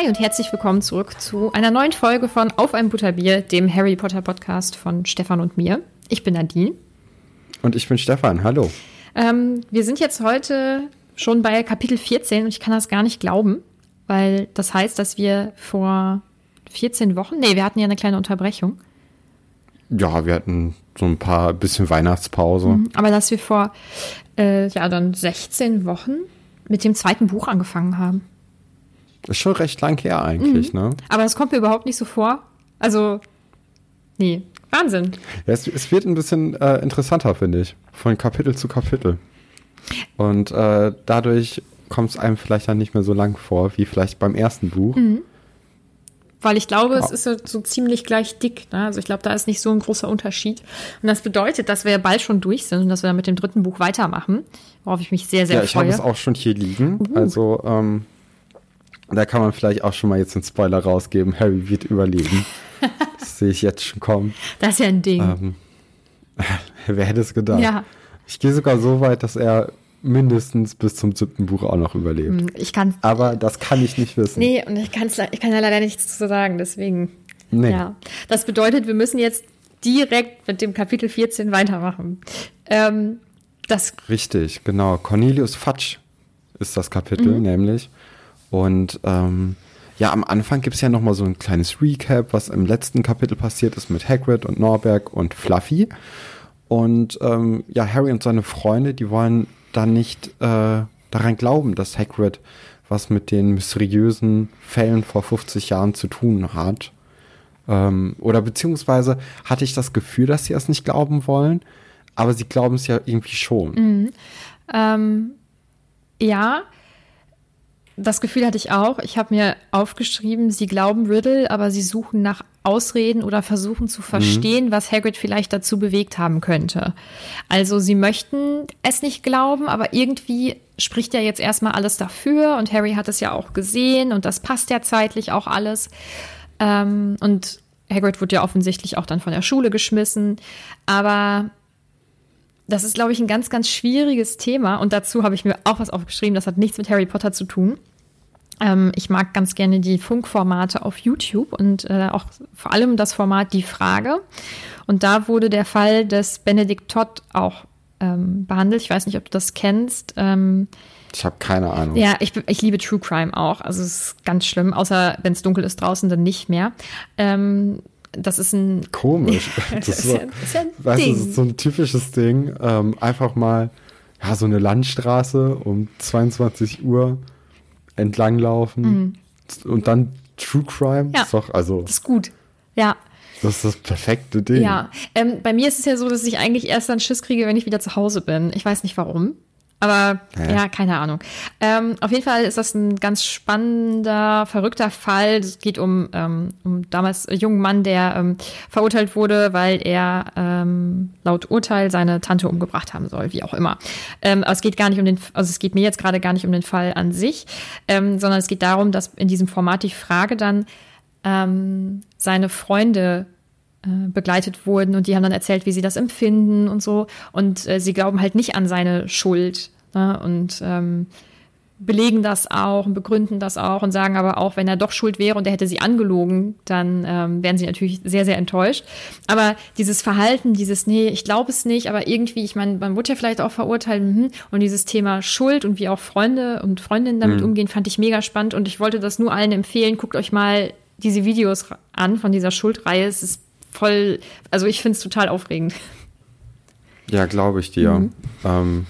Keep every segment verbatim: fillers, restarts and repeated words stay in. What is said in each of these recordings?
Hi und herzlich willkommen zurück zu einer neuen Folge von Auf ein Butterbier, dem Harry Potter Podcast von Stefan und mir. Ich bin Nadine. Und ich bin Stefan, hallo. Ähm, wir sind jetzt heute schon bei Kapitel vierzehn und ich kann das gar nicht glauben, weil das heißt, dass wir vor vierzehn Wochen, nee, wir hatten ja eine kleine Unterbrechung. Ja, wir hatten so ein paar, bisschen Weihnachtspause. Mhm, aber dass wir vor, äh, ja, dann sechzehn Wochen mit dem zweiten Buch angefangen haben. Ist schon recht lang her eigentlich, mhm. ne? Aber das kommt mir überhaupt nicht so vor. Also, nee, Wahnsinn. Ja, es, es wird ein bisschen äh, interessanter, finde ich, von Kapitel zu Kapitel. Und äh, dadurch kommt es einem vielleicht dann nicht mehr so lang vor, wie vielleicht beim ersten Buch. Mhm. Weil ich glaube, ja. es ist so, so ziemlich gleich dick. Ne? Also ich glaube, da ist nicht so ein großer Unterschied. Und das bedeutet, dass wir ja bald schon durch sind und dass wir dann mit dem dritten Buch weitermachen, worauf ich mich sehr, sehr ja, ich freue. Ja, ich habe es auch schon hier liegen. Uh. Also, ähm, da kann man vielleicht auch schon mal jetzt einen Spoiler rausgeben. Harry wird überleben. Das sehe ich jetzt schon kommen. Das ist ja ein Ding. Ähm, wer hätte es gedacht? Ja. Ich gehe sogar so weit, dass er mindestens bis zum siebten Buch auch noch überlebt. Ich kann's, Aber das kann ich nicht wissen. Nee, und ich, kann's, ich kann da leider nichts zu sagen, deswegen. Nee. Ja. Das bedeutet, wir müssen jetzt direkt mit dem Kapitel vierzehn weitermachen. Ähm, das Richtig, genau. Cornelius Fudge ist das Kapitel, mhm. nämlich. Und ähm, ja, am Anfang gibt es ja noch mal so ein kleines Recap, was im letzten Kapitel passiert ist mit Hagrid und Norberg und Fluffy. Und ähm, ja, Harry und seine Freunde, die wollen dann nicht äh, daran glauben, dass Hagrid was mit den mysteriösen Fällen vor fünfzig Jahren zu tun hat. Ähm, oder beziehungsweise hatte ich das Gefühl, dass sie es nicht glauben wollen, aber sie glauben es ja irgendwie schon. Mhm. Ähm, ja, das Gefühl hatte ich auch. Ich habe mir aufgeschrieben, sie glauben Riddle, aber sie suchen nach Ausreden oder versuchen zu verstehen, mhm. was Hagrid vielleicht dazu bewegt haben könnte. Also sie möchten es nicht glauben, aber irgendwie spricht ja jetzt erstmal alles dafür und Harry hat es ja auch gesehen und das passt ja zeitlich auch alles. Ähm, und Hagrid wurde ja offensichtlich auch dann von der Schule geschmissen, aber das ist, glaube ich, ein ganz, ganz schwieriges Thema. Und dazu habe ich mir auch was aufgeschrieben. Das hat nichts mit Harry Potter zu tun. Ähm, ich mag ganz gerne die Funkformate auf YouTube und äh, auch vor allem das Format Die Frage. Und da wurde der Fall des Benedict Todd auch ähm, behandelt. Ich weiß nicht, ob du das kennst. Ähm, ich habe keine Ahnung. Ja, ich, ich liebe True Crime auch. Also es ist ganz schlimm. Außer wenn es dunkel ist draußen, dann nicht mehr. Ähm, Das ist ein... Komisch. Das ist, so, das ist ja ein weißt Ding. du, das ist so ein typisches Ding. Ähm, einfach mal, ja, so eine Landstraße um zweiundzwanzig Uhr entlanglaufen mhm. und dann True Crime. Ja, ist doch, also, das ist gut. Ja. Das ist das perfekte Ding. Ja, ähm, bei mir ist es ja so, dass ich eigentlich erst dann Schiss kriege, wenn ich wieder zu Hause bin. Ich weiß nicht warum. Aber Hä? ja, keine Ahnung. Ähm, auf jeden Fall ist das ein ganz spannender, verrückter Fall. Es geht um, ähm, um damals einen jungen Mann, der ähm, verurteilt wurde, weil er ähm, laut Urteil seine Tante umgebracht haben soll, wie auch immer. Ähm, aber es geht gar nicht um den, also es geht mir jetzt gerade gar nicht um den Fall an sich, ähm, sondern es geht darum, dass in diesem Format die Frage dann ähm, seine Freunde begleitet wurden und die haben dann erzählt, wie sie das empfinden und so und äh, sie glauben halt nicht an seine Schuld, ne? Und ähm, belegen das auch und begründen das auch und sagen aber auch, wenn er doch schuld wäre und er hätte sie angelogen, dann ähm, wären sie natürlich sehr, sehr enttäuscht. Aber dieses Verhalten, dieses, nee, ich glaube es nicht, aber irgendwie, ich meine, man wurde ja vielleicht auch verurteilt hm, und dieses Thema Schuld und wie auch Freunde und Freundinnen damit mhm. umgehen, fand ich mega spannend und ich wollte das nur allen empfehlen, guckt euch mal diese Videos an von dieser Schuldreihe, es ist voll, also ich finde es total aufregend. Ja, glaube ich dir. Mhm. Ähm,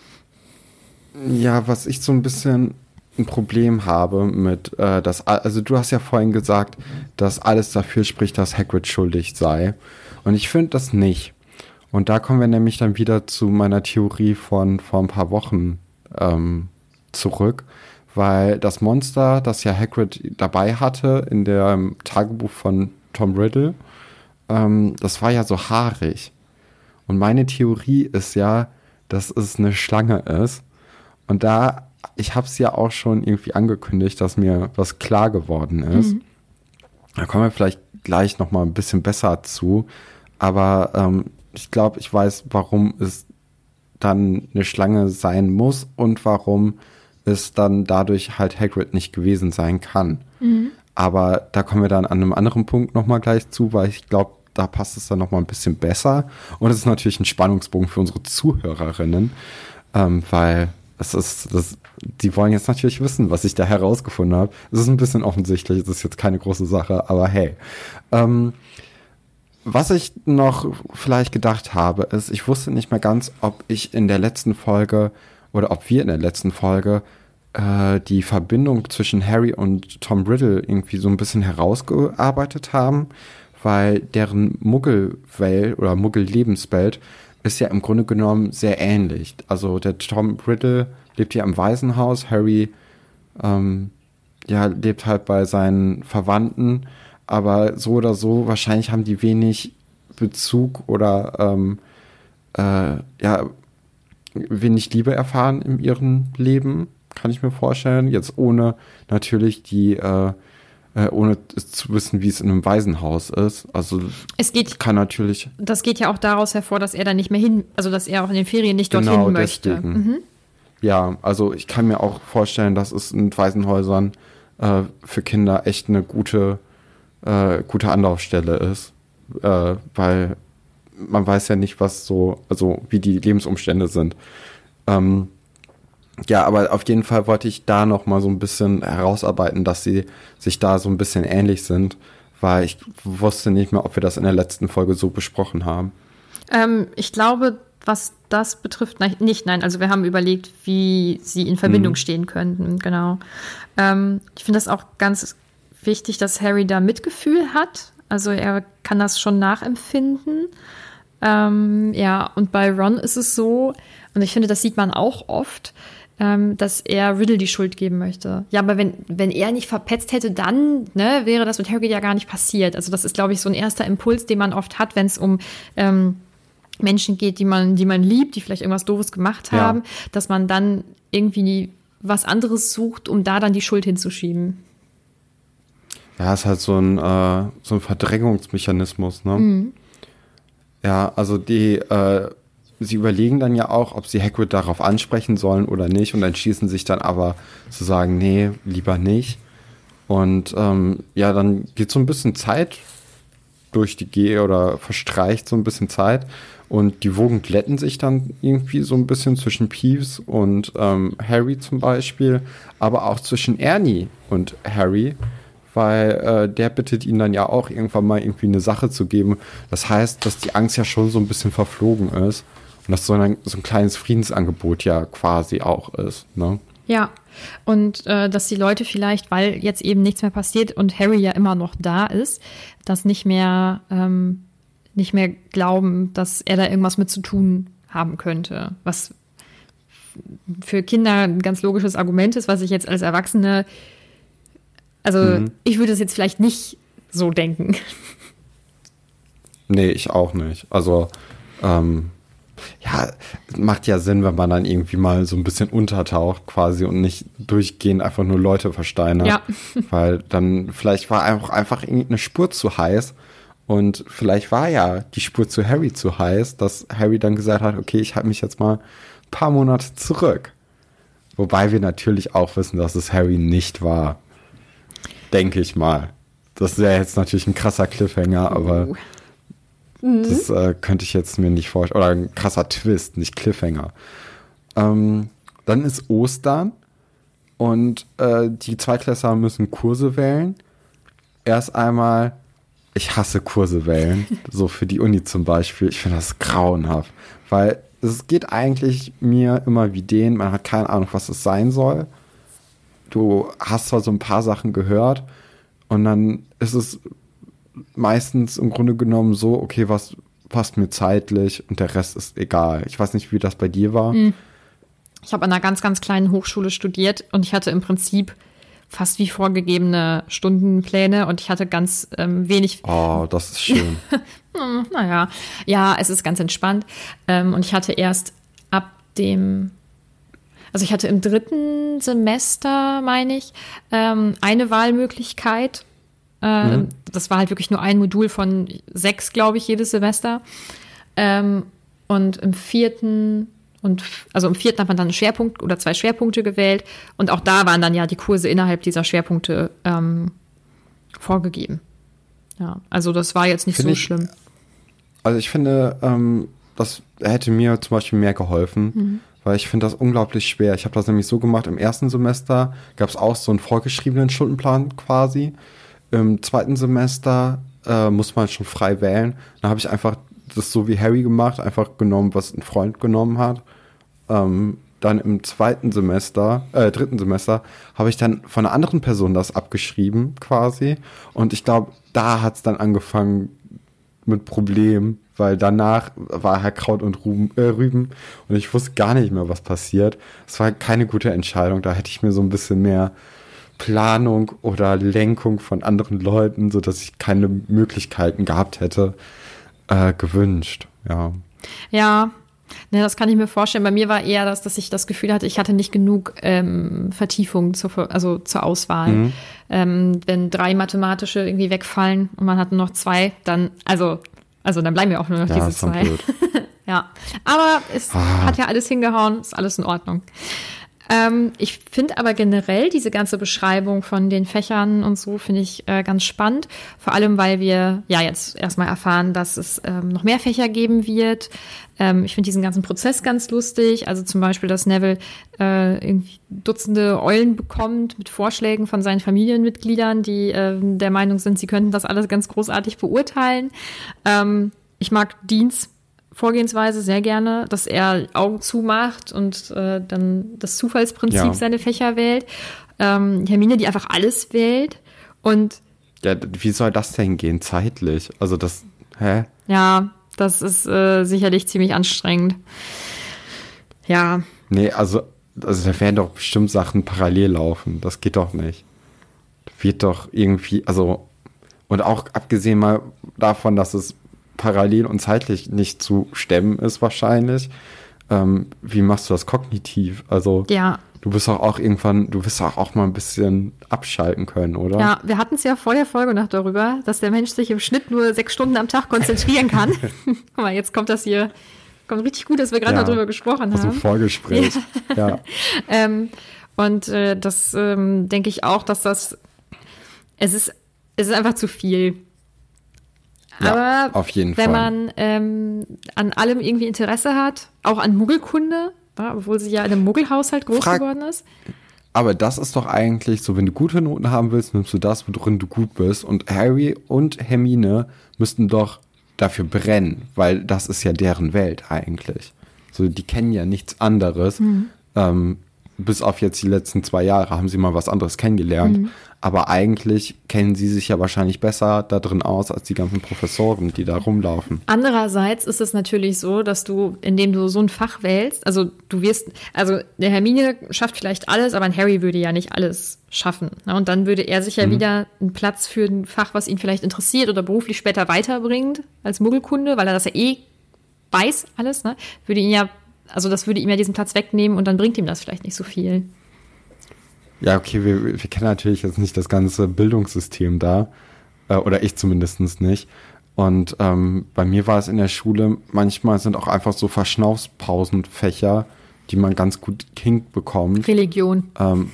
ja, was ich so ein bisschen ein Problem habe mit, äh, das, also du hast ja vorhin gesagt, dass alles dafür spricht, dass Hagrid schuldig sei. Und ich finde das nicht. Und da kommen wir nämlich dann wieder zu meiner Theorie von vor ein paar Wochen ähm, zurück, weil das Monster, das ja Hagrid dabei hatte in dem Tagebuch von Tom Riddle, ähm, das war ja so haarig. Und meine Theorie ist ja, dass es eine Schlange ist. Und da, ich habe es ja auch schon irgendwie angekündigt, dass mir was klar geworden ist. Mhm. Da kommen wir vielleicht gleich noch mal ein bisschen besser zu. Aber ähm, ich glaube, ich weiß, warum es dann eine Schlange sein muss und warum es dann dadurch halt Hagrid nicht gewesen sein kann. Mhm. Aber da kommen wir dann an einem anderen Punkt nochmal gleich zu, weil ich glaube, da passt es dann nochmal ein bisschen besser. Und es ist natürlich ein Spannungsbogen für unsere Zuhörerinnen, ähm, weil es ist, das, die wollen jetzt natürlich wissen, was ich da herausgefunden habe. Es ist ein bisschen offensichtlich, es ist jetzt keine große Sache, aber hey. Ähm, was ich noch vielleicht gedacht habe, ist, ich wusste nicht mehr ganz, ob ich in der letzten Folge oder ob wir in der letzten Folge äh, die Verbindung zwischen Harry und Tom Riddle irgendwie so ein bisschen herausgearbeitet haben, weil deren Muggelwelt oder Muggellebenswelt ist ja im Grunde genommen sehr ähnlich. Also der Tom Riddle lebt ja im Waisenhaus, Harry ähm, ja, lebt halt bei seinen Verwandten, aber so oder so, wahrscheinlich haben die wenig Bezug oder ähm, äh, ja, wenig Liebe erfahren in ihrem Leben, kann ich mir vorstellen. Jetzt ohne natürlich die äh, ohne zu wissen, wie es in einem Waisenhaus ist. Also es geht, kann natürlich. Das geht ja auch daraus hervor, dass er da nicht mehr hin, also dass er auch in den Ferien nicht dorthin genau, möchte. Deswegen. Mhm. Ja, also ich kann mir auch vorstellen, dass es in Waisenhäusern äh, für Kinder echt eine gute, äh, gute Anlaufstelle ist, äh, weil man weiß ja nicht, was so, also wie die Lebensumstände sind. Ähm, Ja, aber auf jeden Fall wollte ich da noch mal so ein bisschen herausarbeiten, dass sie sich da so ein bisschen ähnlich sind, weil ich wusste nicht mehr, ob wir das in der letzten Folge so besprochen haben. Ähm, ich glaube, was das betrifft, nein, nicht, nein. Also wir haben überlegt, wie sie in Verbindung mhm. stehen könnten, genau. Ähm, ich finde das auch ganz wichtig, dass Harry da Mitgefühl hat. Also er kann das schon nachempfinden. Ähm, ja, und bei Ron ist es so, und ich finde, das sieht man auch oft, Ähm, dass er Riddle die Schuld geben möchte. Ja, aber wenn, wenn er nicht verpetzt hätte, dann ne, wäre das mit Harry ja gar nicht passiert. Also das ist, glaube ich, so ein erster Impuls, den man oft hat, wenn es um ähm, Menschen geht, die man, die man liebt, die vielleicht irgendwas Doofes gemacht haben, ja. dass man dann irgendwie was anderes sucht, um da dann die Schuld hinzuschieben. Ja, ist halt so ein, äh, so ein Verdrängungsmechanismus, ne? Mhm. Ja, also die äh, Sie überlegen dann ja auch, ob sie Hagrid darauf ansprechen sollen oder nicht und entschließen sich dann aber zu sagen, nee, lieber nicht. Und ähm, ja, dann geht so ein bisschen Zeit durch die Gehe oder verstreicht so ein bisschen Zeit und die Wogen glätten sich dann irgendwie so ein bisschen zwischen Peeves und ähm, Harry zum Beispiel, aber auch zwischen Ernie und Harry, weil äh, der bittet ihn dann ja auch irgendwann mal irgendwie eine Sache zu geben. Das heißt, dass die Angst ja schon so ein bisschen verflogen ist. Und das so ein, so ein kleines Friedensangebot ja quasi auch ist, ne? Ja, und äh, dass die Leute vielleicht, weil jetzt eben nichts mehr passiert und Harry ja immer noch da ist, das nicht mehr, ähm, nicht mehr glauben, dass er da irgendwas mit zu tun haben könnte. Was für Kinder ein ganz logisches Argument ist, was ich jetzt als Erwachsene, also mhm. ich würde es jetzt vielleicht nicht so denken. Nee, ich auch nicht. Also, ähm, ja, macht ja Sinn, wenn man dann irgendwie mal so ein bisschen untertaucht quasi und nicht durchgehend einfach nur Leute versteinert. Ja. Weil dann vielleicht war auch einfach irgendeine Spur zu heiß und vielleicht war ja die Spur zu Harry zu heiß, dass Harry dann gesagt hat, okay, ich halte mich jetzt mal ein paar Monate zurück. Wobei wir natürlich auch wissen, dass es Harry nicht war. Denke ich mal. Das wäre jetzt natürlich ein krasser Cliffhanger, aber... Mhm. Das äh, könnte ich jetzt mir nicht vorstellen. Oder ein krasser Twist, nicht Cliffhanger. Ähm, dann ist Ostern und äh, die Zweitklässler müssen Kurse wählen. Erst einmal, ich hasse Kurse wählen. So für die Uni zum Beispiel. Ich finde das grauenhaft. Weil es geht eigentlich mir immer wie denen. Man hat keine Ahnung, was es sein soll. Du hast zwar so ein paar Sachen gehört und dann ist es meistens im Grunde genommen so, okay, was passt mir zeitlich und der Rest ist egal. Ich weiß nicht, wie das bei dir war. Ich habe an einer ganz, ganz kleinen Hochschule studiert und ich hatte im Prinzip fast wie vorgegebene Stundenpläne und ich hatte ganz ähm, wenig... Oh, das ist schön. Naja, ja, es ist ganz entspannt. Ähm, und ich hatte erst ab dem... Also ich hatte im dritten Semester, meine ich, ähm, eine Wahlmöglichkeit. Äh, mhm. Das war halt wirklich nur ein Modul von sechs, glaube ich, jedes Semester. Ähm, und im vierten Und also im vierten hat man dann einen Schwerpunkt oder zwei Schwerpunkte gewählt. Und auch da waren dann ja die Kurse innerhalb dieser Schwerpunkte ähm, vorgegeben. Ja, also das war jetzt nicht Find so ich, schlimm. Also ich finde, ähm, das hätte mir zum Beispiel mehr geholfen, mhm. weil ich finde das unglaublich schwer. Ich habe das nämlich so gemacht, im ersten Semester gab es auch so einen vorgeschriebenen Stundenplan quasi. Im zweiten Semester äh, muss man schon frei wählen. Dann habe ich einfach das so wie Harry gemacht, einfach genommen, was ein Freund genommen hat. Ähm, dann im zweiten Semester, äh, dritten Semester, habe ich dann von einer anderen Person das abgeschrieben quasi. Und ich glaube, da hat es dann angefangen mit Problemen, weil danach war Herr Kraut und Ruben, äh, Rüben und ich wusste gar nicht mehr, was passiert. Es war keine gute Entscheidung. Da hätte ich mir so ein bisschen mehr Planung oder Lenkung von anderen Leuten, sodass ich keine Möglichkeiten gehabt hätte, äh, gewünscht. Ja. Ja. Ne, das kann ich mir vorstellen. Bei mir war eher das, dass ich das Gefühl hatte, ich hatte nicht genug ähm, Vertiefung zur, also zur Auswahl. Mhm. Ähm, wenn drei mathematische irgendwie wegfallen und man hat nur noch zwei, dann, also, also dann bleiben ja auch nur noch ja, diese zwei. Ja, aber es ah. hat ja alles hingehauen, ist alles in Ordnung. Ähm, ich finde aber generell diese ganze Beschreibung von den Fächern und so finde ich äh, ganz spannend. Vor allem, weil wir ja jetzt erstmal erfahren, dass es ähm, noch mehr Fächer geben wird. Ähm, ich finde diesen ganzen Prozess ganz lustig. Also zum Beispiel, dass Neville äh, irgendwie Dutzende Eulen bekommt mit Vorschlägen von seinen Familienmitgliedern, die äh, der Meinung sind, sie könnten das alles ganz großartig beurteilen. Ähm, ich mag Deans Vorgehensweise sehr gerne, dass er Augen zumacht und äh, dann das Zufallsprinzip ja. seine Fächer wählt. Ähm, Hermine, die einfach alles wählt. Und ja, wie soll das denn gehen zeitlich? Also das, hä? Ja, das ist äh, sicherlich ziemlich anstrengend. Ja. Nee, also, also da werden doch bestimmt Sachen parallel laufen. Das geht doch nicht. Wird doch irgendwie, also, und auch abgesehen mal davon, dass es parallel und zeitlich nicht zu stemmen ist wahrscheinlich. Ähm, wie machst du das kognitiv? Also ja. du bist auch, auch irgendwann, du wirst auch, auch mal ein bisschen abschalten können, oder? Ja, wir hatten es ja vor der Folge noch darüber, dass der Mensch sich im Schnitt nur sechs Stunden am Tag konzentrieren kann. Guck mal, jetzt kommt das hier, kommt richtig gut, dass wir gerade ja. noch drüber gesprochen haben. Also Vorgespräch. Ja. ja. ähm, und äh, das ähm, denke ich auch, dass das, es ist, es ist einfach zu viel. Ja, aber auf jeden wenn Fall. man ähm, an allem irgendwie Interesse hat, auch an Muggelkunde, ja, obwohl sie ja in einem Muggelhaushalt groß Frag, geworden ist. Aber das ist doch eigentlich so, wenn du gute Noten haben willst, nimmst du das, worin du gut bist. Und Harry und Hermine müssten doch dafür brennen, weil das ist ja deren Welt eigentlich. So, die kennen ja nichts anderes. Mhm. Ähm, bis auf jetzt die letzten zwei Jahre haben sie mal was anderes kennengelernt. Mhm. Aber eigentlich kennen sie sich ja wahrscheinlich besser da drin aus als die ganzen Professoren, die da rumlaufen. Andererseits ist es natürlich so, dass du, indem du so ein Fach wählst, also du wirst, also der Hermine schafft vielleicht alles, aber ein Harry würde ja nicht alles schaffen. Ne? Und dann würde er sich ja mhm. wieder einen Platz für ein Fach, was ihn vielleicht interessiert oder beruflich später weiterbringt als Muggelkunde, weil er das ja eh weiß alles, ne? Würde ihn ja, also das würde ihm ja diesen Platz wegnehmen und dann bringt ihm das vielleicht nicht so viel. Ja, okay, wir, wir kennen natürlich jetzt nicht das ganze Bildungssystem da, äh, oder ich zumindest nicht. Und ähm, bei mir war es in der Schule, manchmal sind auch einfach so Verschnaufspausenfächer, die man ganz gut hinbekommt. Religion. Ähm,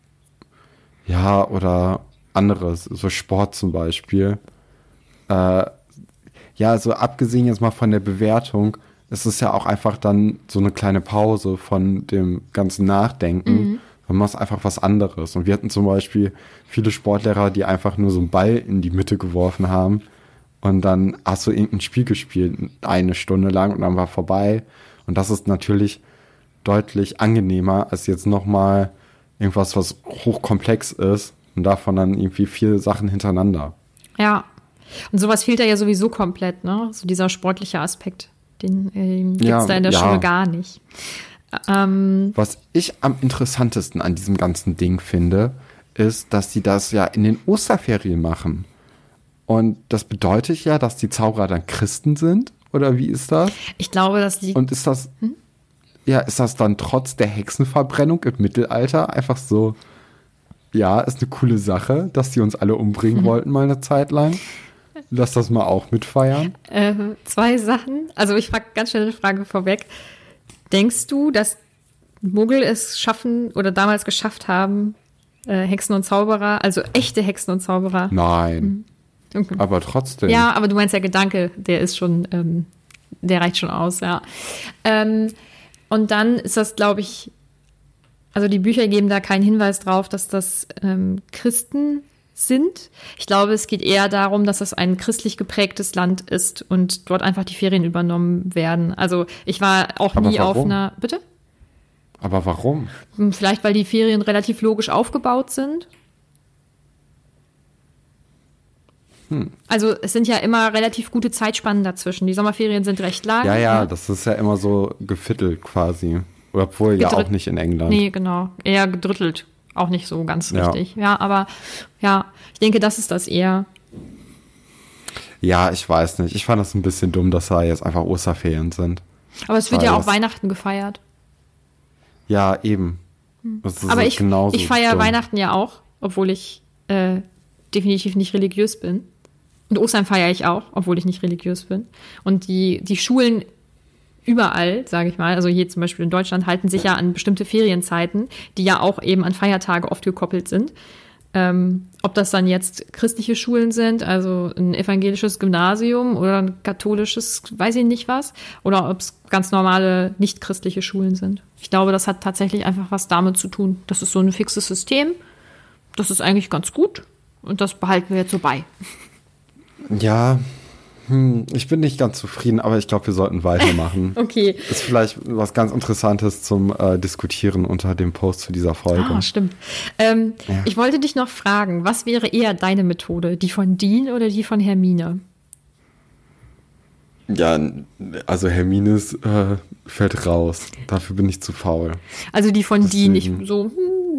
ja, oder anderes, so Sport zum Beispiel. Äh, ja, also abgesehen jetzt mal von der Bewertung, es ist ja auch einfach dann so eine kleine Pause von dem ganzen Nachdenken. Mhm. Man macht einfach was anderes. Und wir hatten zum Beispiel viele Sportlehrer, die einfach nur so einen Ball in die Mitte geworfen haben. Und dann hast du irgendein Spiel gespielt, eine Stunde lang, und dann war vorbei. Und das ist natürlich deutlich angenehmer, als jetzt nochmal irgendwas, was hochkomplex ist. Und davon dann irgendwie vier Sachen hintereinander. Ja. Und sowas fehlt ja sowieso komplett, ne? So dieser sportliche Aspekt, den äh, gibt es ja, da in der ja. Schule gar nicht. Ähm, Was ich am interessantesten an diesem ganzen Ding finde, ist, dass sie das ja in den Osterferien machen. Und das bedeutet ja, dass die Zauberer dann Christen sind? Oder wie ist das? Ich glaube, dass die... Und ist das... Hm? Ja, ist das dann trotz der Hexenverbrennung im Mittelalter einfach so... Ja, ist eine coole Sache, dass die uns alle umbringen mhm. wollten mal eine Zeit lang. Lass das mal auch mitfeiern. Äh, zwei Sachen. Also ich frage ganz schnell eine Frage vorweg. Denkst du, dass Muggel es schaffen oder damals geschafft haben, äh, Hexen und Zauberer, also echte Hexen und Zauberer? Nein. Mhm. Okay. Aber trotzdem. Ja, aber du meinst, der Gedanke, der ist schon, ähm, der reicht schon aus, ja. Ähm, und dann ist das, glaube ich, also die Bücher geben da keinen Hinweis drauf, dass das ähm, Christen sind. Ich glaube, es geht eher darum, dass es ein christlich geprägtes Land ist und dort einfach die Ferien übernommen werden. Also ich war auch Aber nie warum? auf einer, bitte? Aber warum? Vielleicht, weil die Ferien relativ logisch aufgebaut sind. Hm. Also es sind ja immer relativ gute Zeitspannen dazwischen. Die Sommerferien sind recht lang. Ja, ja, das ist ja immer so gefittelt quasi. Obwohl ja Gedritt- auch nicht in England. Nee, genau. Eher gedrittelt. Auch nicht so ganz Ja. richtig. Ja, aber ja, ich denke, das ist das eher. Ja, ich weiß nicht. Ich fand das ein bisschen dumm, dass da jetzt einfach Osterferien sind. Aber es wird Weil ja auch das- Weihnachten gefeiert. Ja, eben. Das ist Aber so ich, genauso ich feiere dumm. Weihnachten ja auch, obwohl ich äh, definitiv nicht religiös bin. Und Ostern feiere ich auch, obwohl ich nicht religiös bin. Und die, die Schulen überall, sage ich mal, also hier zum Beispiel in Deutschland, halten sich ja an bestimmte Ferienzeiten, die ja auch eben an Feiertage oft gekoppelt sind. Ähm, ob das dann jetzt christliche Schulen sind, also ein evangelisches Gymnasium oder ein katholisches, weiß ich nicht was, oder ob es ganz normale nicht-christliche Schulen sind. Ich glaube, das hat tatsächlich einfach was damit zu tun. Das ist so ein fixes System. Das ist eigentlich ganz gut und das behalten wir jetzt so bei. Ja, hm, ich bin nicht ganz zufrieden, aber ich glaube, wir sollten weitermachen. Okay. Ist vielleicht was ganz Interessantes zum äh, Diskutieren unter dem Post zu dieser Folge. Ah, stimmt. Ähm, Ja. Ich wollte dich noch fragen, was wäre eher deine Methode? Die von Dean oder die von Hermine? Ja, also Hermines äh, fällt raus. Dafür bin ich zu faul. Also die von Dean, nicht Deswegen- so,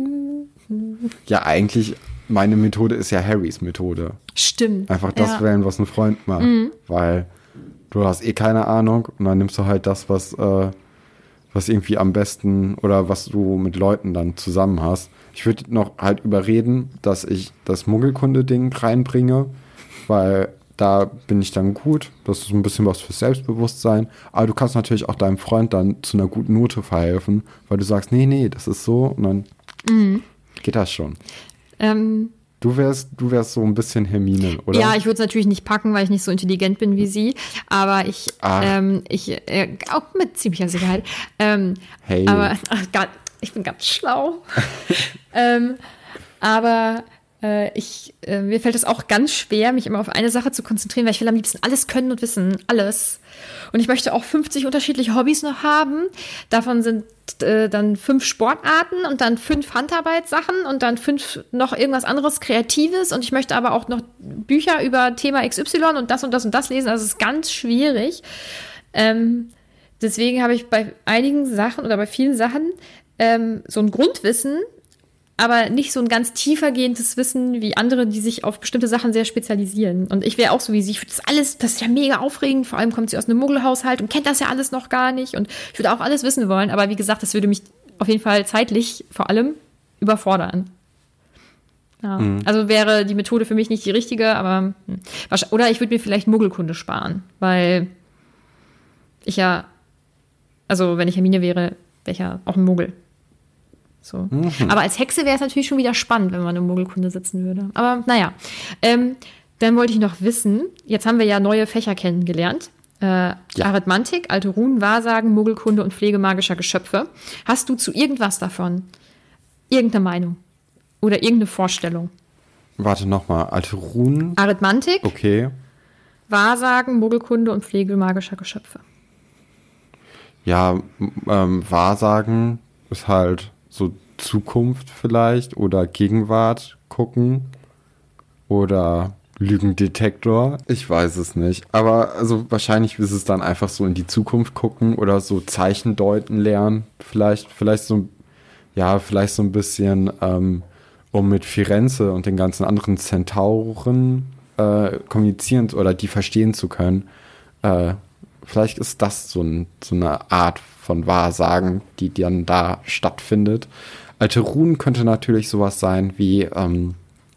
hm, Ja, eigentlich, meine Methode ist ja Harrys Methode. stimmt. Einfach das ja. wählen, was ein Freund macht. Weil du hast eh keine Ahnung und dann nimmst du halt das, was, äh, was irgendwie am besten oder was du mit Leuten dann zusammen hast. Ich würde noch halt überreden, dass ich das Muggelkunde-Ding reinbringe, weil da bin ich dann gut. Das ist so ein bisschen was fürs Selbstbewusstsein. Aber du kannst natürlich auch deinem Freund dann zu einer guten Note verhelfen, weil du sagst, nee, nee, das ist so und dann geht das schon. Ähm, Du wärst, du wärst so ein bisschen Hermine, oder? Ja, ich würde es natürlich nicht packen, weil ich nicht so intelligent bin wie sie. Aber ich, Ach. ähm, ich äh, auch mit ziemlicher Sicherheit. Ähm, Hey. Aber ach, Gott, ich bin ganz schlau. ähm, aber äh, ich, äh, mir fällt es auch ganz schwer, mich immer auf eine Sache zu konzentrieren, weil ich will am liebsten alles können und wissen, alles. Und ich möchte auch fünfzig unterschiedliche Hobbys noch haben. Davon sind äh, dann fünf Sportarten und dann fünf Handarbeitssachen und dann fünf noch irgendwas anderes Kreatives. Und ich möchte aber auch noch Bücher über Thema X Y und das und das und das lesen. Also es ist ganz schwierig. Ähm, deswegen habe ich bei einigen Sachen oder bei vielen Sachen ähm, so ein Grundwissen, aber nicht so ein ganz tiefergehendes Wissen wie andere, die sich auf bestimmte Sachen sehr spezialisieren. Und ich wäre auch so wie sie. Ich würde das alles, das ist ja mega aufregend. Vor allem kommt sie aus einem Muggelhaushalt und kennt das ja alles noch gar nicht. Und ich würde auch alles wissen wollen. Aber wie gesagt, das würde mich auf jeden Fall zeitlich vor allem überfordern. Ja. Mhm. Also wäre die Methode für mich nicht die richtige, aber hm. Wahrsch- oder ich würde mir vielleicht Muggelkunde sparen, weil ich ja, also wenn ich Hermine wäre, wäre ich ja auch ein Muggel. So. Mhm. Aber als Hexe wäre es natürlich schon wieder spannend, wenn man im Muggelkunde sitzen würde. Aber naja, ähm, dann wollte ich noch wissen, jetzt haben wir ja neue Fächer kennengelernt. Äh, Ja. Arithmantik, alte Runen, Wahrsagen, Muggelkunde und Pflege magischer Geschöpfe. Hast du zu irgendwas davon irgendeine Meinung oder irgendeine Vorstellung? Warte nochmal, alte Runen, Arithmantik, okay. Wahrsagen, Muggelkunde und Pflege magischer Geschöpfe. Ja, m- ähm, Wahrsagen ist halt so Zukunft vielleicht oder Gegenwart gucken oder Lügendetektor. Ich weiß es nicht. Aber also wahrscheinlich ist es dann einfach so in die Zukunft gucken oder so Zeichen deuten lernen. Vielleicht, vielleicht so, ja, vielleicht so ein bisschen, ähm, um mit Firenze und den ganzen anderen Zentauren äh, kommunizieren oder die verstehen zu können. Äh, vielleicht ist das so, ein, so eine Art von Wahrsagen, die dann da stattfindet. Alte Runen könnte natürlich sowas sein wie ähm,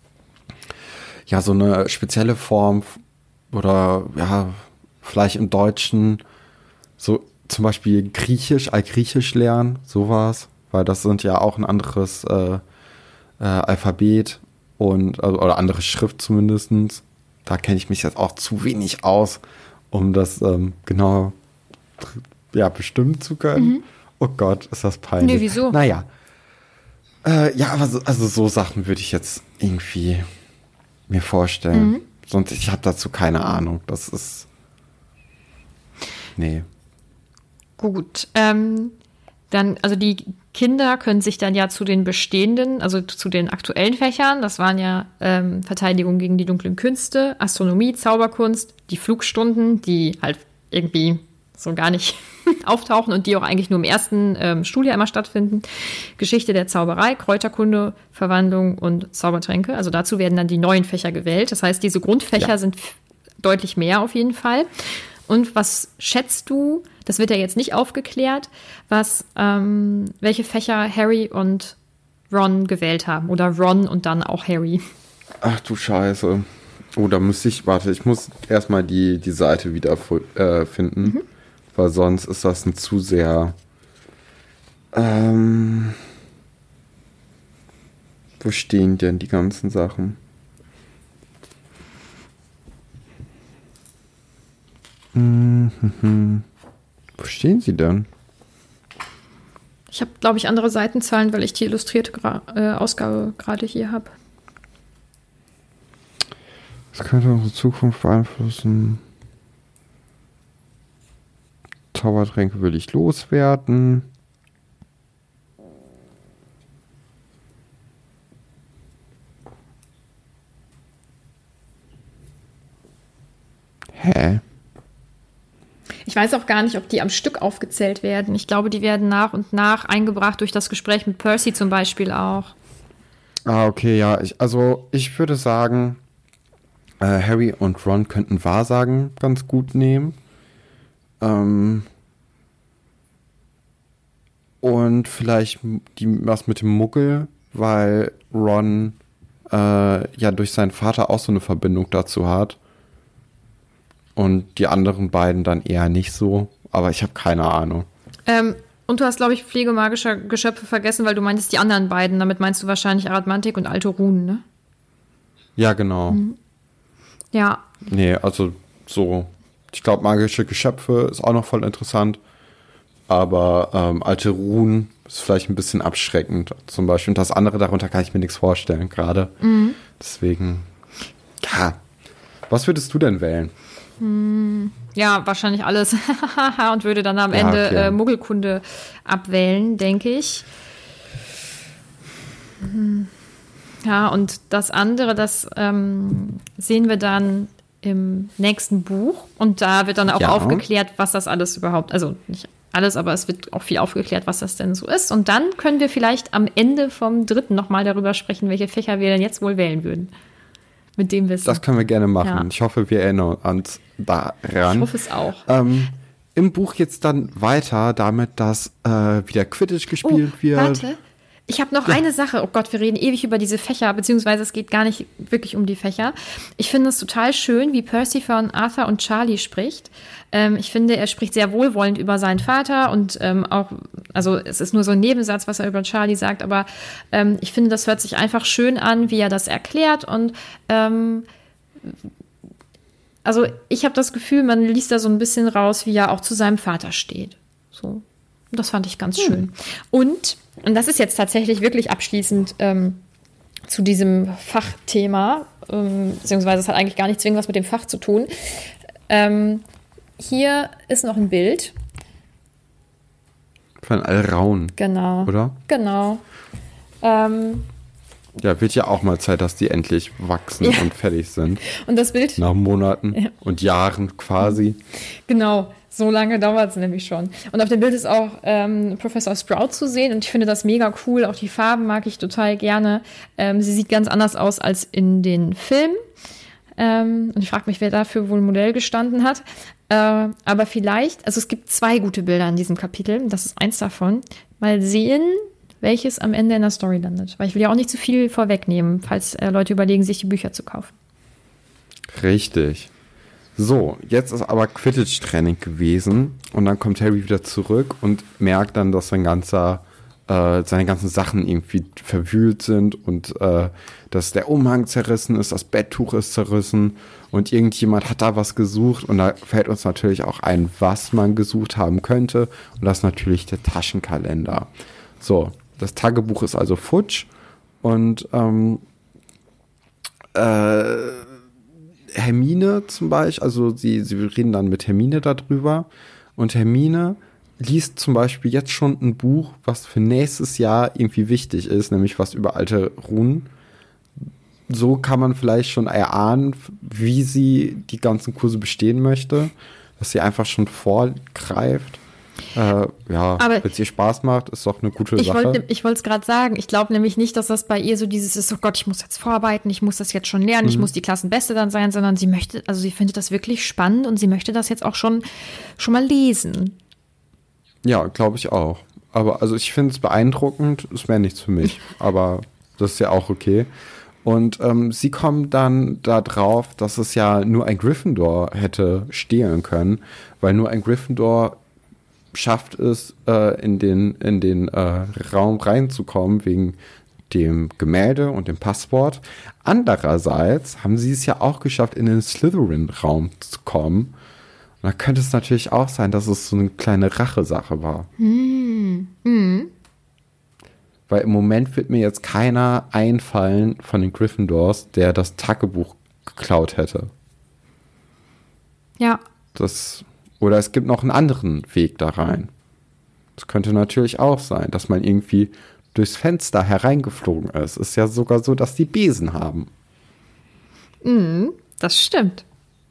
ja so eine spezielle Form f- oder ja vielleicht im Deutschen so zum Beispiel Griechisch, Altgriechisch lernen, sowas, weil das sind ja auch ein anderes äh, äh, Alphabet und also, oder andere Schrift zumindest. Da kenne ich mich jetzt auch zu wenig aus, um das ähm, genau ja, bestimmen zu können. Mhm. Oh Gott, ist das peinlich. Nee, wieso? Naja. Äh, ja, aber so, also so Sachen würde ich jetzt irgendwie mir vorstellen. Mhm. Sonst, ich habe dazu keine Ahnung. Das ist nee. Gut. Ähm, dann, also die Kinder können sich dann ja zu den bestehenden, also zu den aktuellen Fächern, das waren ja ähm, Verteidigung gegen die dunklen Künste, Astronomie, Zauberkunst, die Flugstunden, die halt irgendwie so gar nicht auftauchen und die auch eigentlich nur im ersten ähm, Schuljahr immer stattfinden. Geschichte der Zauberei, Kräuterkunde, Verwandlung und Zaubertränke. Also dazu werden dann die neuen Fächer gewählt. Das heißt, diese Grundfächer ja. sind f- deutlich mehr auf jeden Fall. Und was schätzt du, das wird ja jetzt nicht aufgeklärt, was, ähm, welche Fächer Harry und Ron gewählt haben? Oder Ron und dann auch Harry? Ach du Scheiße. Oh, da muss ich, warte, ich muss erstmal die, die Seite wieder äh, finden. Mhm. Weil sonst ist das ein zu sehr ähm, wo stehen denn die ganzen Sachen? Mhm. Wo stehen sie denn? Ich habe, glaube ich, andere Seitenzahlen, weil ich die illustrierte Gra- äh, Ausgabe gerade hier habe. Das könnte unsere Zukunft beeinflussen. Zaubertränke will ich loswerden. Hä? Ich weiß auch gar nicht, ob die am Stück aufgezählt werden. Ich glaube, die werden nach und nach eingebracht durch das Gespräch mit Percy zum Beispiel auch. Ah, okay, ja. Ich, also ich würde sagen, äh, Harry und Ron könnten Wahrsagen ganz gut nehmen. Ähm, und vielleicht die, was mit dem Muggel, weil Ron äh, ja durch seinen Vater auch so eine Verbindung dazu hat. Und die anderen beiden dann eher nicht so. Aber ich habe keine Ahnung. Ähm, und du hast, glaube ich, Pflege magischer Geschöpfe vergessen, weil du meintest die anderen beiden. Damit meinst du wahrscheinlich Arithmantik und alte Runen, ne? Ja, genau. Mhm. Ja. Nee, also so. Ich glaube, magische Geschöpfe ist auch noch voll interessant. Aber ähm, alte Runen ist vielleicht ein bisschen abschreckend zum Beispiel. Und das andere darunter kann ich mir nichts vorstellen gerade. Mhm. Deswegen, ja. Was würdest du denn wählen? Ja, wahrscheinlich alles. Und würde dann am ja, Ende okay. äh, Muggelkunde abwählen, denke ich. Ja, und das andere, das ähm, sehen wir dann im nächsten Buch. Und da wird dann auch ja. aufgeklärt, was das alles überhaupt, also nicht alles, aber es wird auch viel aufgeklärt, was das denn so ist. Und dann können wir vielleicht am Ende vom dritten nochmal darüber sprechen, welche Fächer wir denn jetzt wohl wählen würden. Mit dem Wissen. Das können wir gerne machen. Ja. Ich hoffe, wir erinnern uns daran. Ich hoffe es auch. Ähm, Im Buch jetzt dann weiter damit, dass äh, wieder Quidditch gespielt oh, wird. Warte, ich habe noch ja. eine Sache. Oh Gott, wir reden ewig über diese Fächer, beziehungsweise es geht gar nicht wirklich um die Fächer. Ich finde es total schön, wie Percy von Arthur und Charlie spricht. Ähm, ich finde, er spricht sehr wohlwollend über seinen Vater und ähm, auch, also es ist nur so ein Nebensatz, was er über Charlie sagt, aber ähm, ich finde, das hört sich einfach schön an, wie er das erklärt und ähm, also ich habe das Gefühl, man liest da so ein bisschen raus, wie er auch zu seinem Vater steht. So. Das fand ich ganz hm. schön. Und, und das ist jetzt tatsächlich wirklich abschließend ähm, zu diesem Fachthema, ähm, beziehungsweise es hat eigentlich gar nicht zwingend was mit dem Fach zu tun. Ähm, hier ist noch ein Bild. Von Alraun. Genau. Oder? Genau. Ähm, ja, wird ja auch mal Zeit, dass die endlich wachsen ja. und fertig sind. Und das Bild? Nach Monaten ja. und Jahren quasi. Genau. So lange dauert es nämlich schon. Und auf dem Bild ist auch ähm, Professor Sprout zu sehen und ich finde das mega cool. Auch die Farben mag ich total gerne. Ähm, sie sieht ganz anders aus als in den Filmen. Ähm, und ich frage mich, wer dafür wohl Modell gestanden hat. Äh, aber vielleicht, also es gibt zwei gute Bilder in diesem Kapitel. Das ist eins davon. Mal sehen, welches am Ende in der Story landet. Weil ich will ja auch nicht zu viel vorwegnehmen, falls äh, Leute überlegen, sich die Bücher zu kaufen. Richtig. So, jetzt ist aber Quidditch-Training gewesen und dann kommt Harry wieder zurück und merkt dann, dass sein ganzer, äh, seine ganzen Sachen irgendwie verwühlt sind und äh, dass der Umhang zerrissen ist, das Betttuch ist zerrissen und irgendjemand hat da was gesucht und da fällt uns natürlich auch ein, was man gesucht haben könnte und das ist natürlich der Taschenkalender. So, das Tagebuch ist also futsch und ähm, äh, Hermine zum Beispiel, also sie, sie reden dann mit Hermine darüber und Hermine liest zum Beispiel jetzt schon ein Buch, was für nächstes Jahr irgendwie wichtig ist, nämlich was über alte Runen. So kann man vielleicht schon erahnen, wie sie die ganzen Kurse bestehen möchte, dass sie einfach schon vorgreift. Äh, ja, wenn es ihr Spaß macht, ist doch eine gute ich Sache. Wollt, ich wollte es gerade sagen. Ich glaube nämlich nicht, dass das bei ihr so dieses ist, oh Gott, ich muss jetzt vorarbeiten, ich muss das jetzt schon lernen, mhm. ich muss die Klassenbeste dann sein, sondern sie möchte, also sie findet das wirklich spannend und sie möchte das jetzt auch schon, schon mal lesen. Ja, glaube ich auch. Aber also ich finde es beeindruckend, es wäre nichts für mich, aber das ist ja auch okay. Und ähm, sie kommen dann da drauf, dass es ja nur ein Gryffindor hätte stehlen können, weil nur ein Gryffindor schafft es, äh, in den, in den äh, Raum reinzukommen, wegen dem Gemälde und dem Passwort. Andererseits haben sie es ja auch geschafft, in den Slytherin-Raum zu kommen. Und da könnte es natürlich auch sein, dass es so eine kleine Rachesache war. Hm. Hm. Weil im Moment wird mir jetzt keiner einfallen von den Gryffindors, der das Tagebuch geklaut hätte. Ja. Das... Oder es gibt noch einen anderen Weg da rein. Das könnte natürlich auch sein, dass man irgendwie durchs Fenster hereingeflogen ist. Ist ja sogar so, dass die Besen haben. Mm, das stimmt.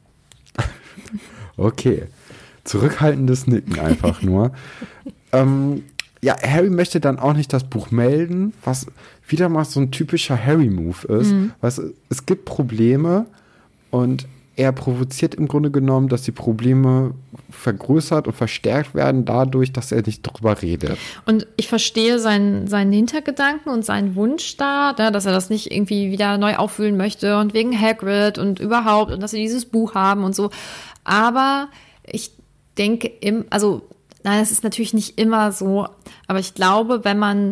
Okay. Zurückhaltendes Nicken einfach nur. ähm, ja, Harry möchte dann auch nicht das Buch melden, was wieder mal so ein typischer Harry-Move ist. Mhm. Weil es, es gibt Probleme und er provoziert im Grunde genommen, dass die Probleme vergrößert und verstärkt werden dadurch, dass er nicht drüber redet. Und ich verstehe seinen, seinen Hintergedanken und seinen Wunsch da, ne, dass er das nicht irgendwie wieder neu auffüllen möchte und wegen Hagrid und überhaupt und dass sie dieses Buch haben und so. Aber ich denke, im, also nein, es ist natürlich nicht immer so, aber ich glaube, wenn man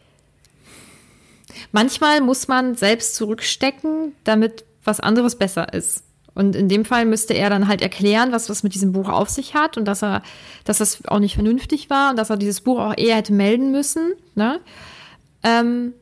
manchmal muss man selbst zurückstecken, damit was anderes besser ist. Und in dem Fall müsste er dann halt erklären, was das mit diesem Buch auf sich hat und dass er, dass das auch nicht vernünftig war und dass er dieses Buch auch eher hätte melden müssen, ne? Ähm,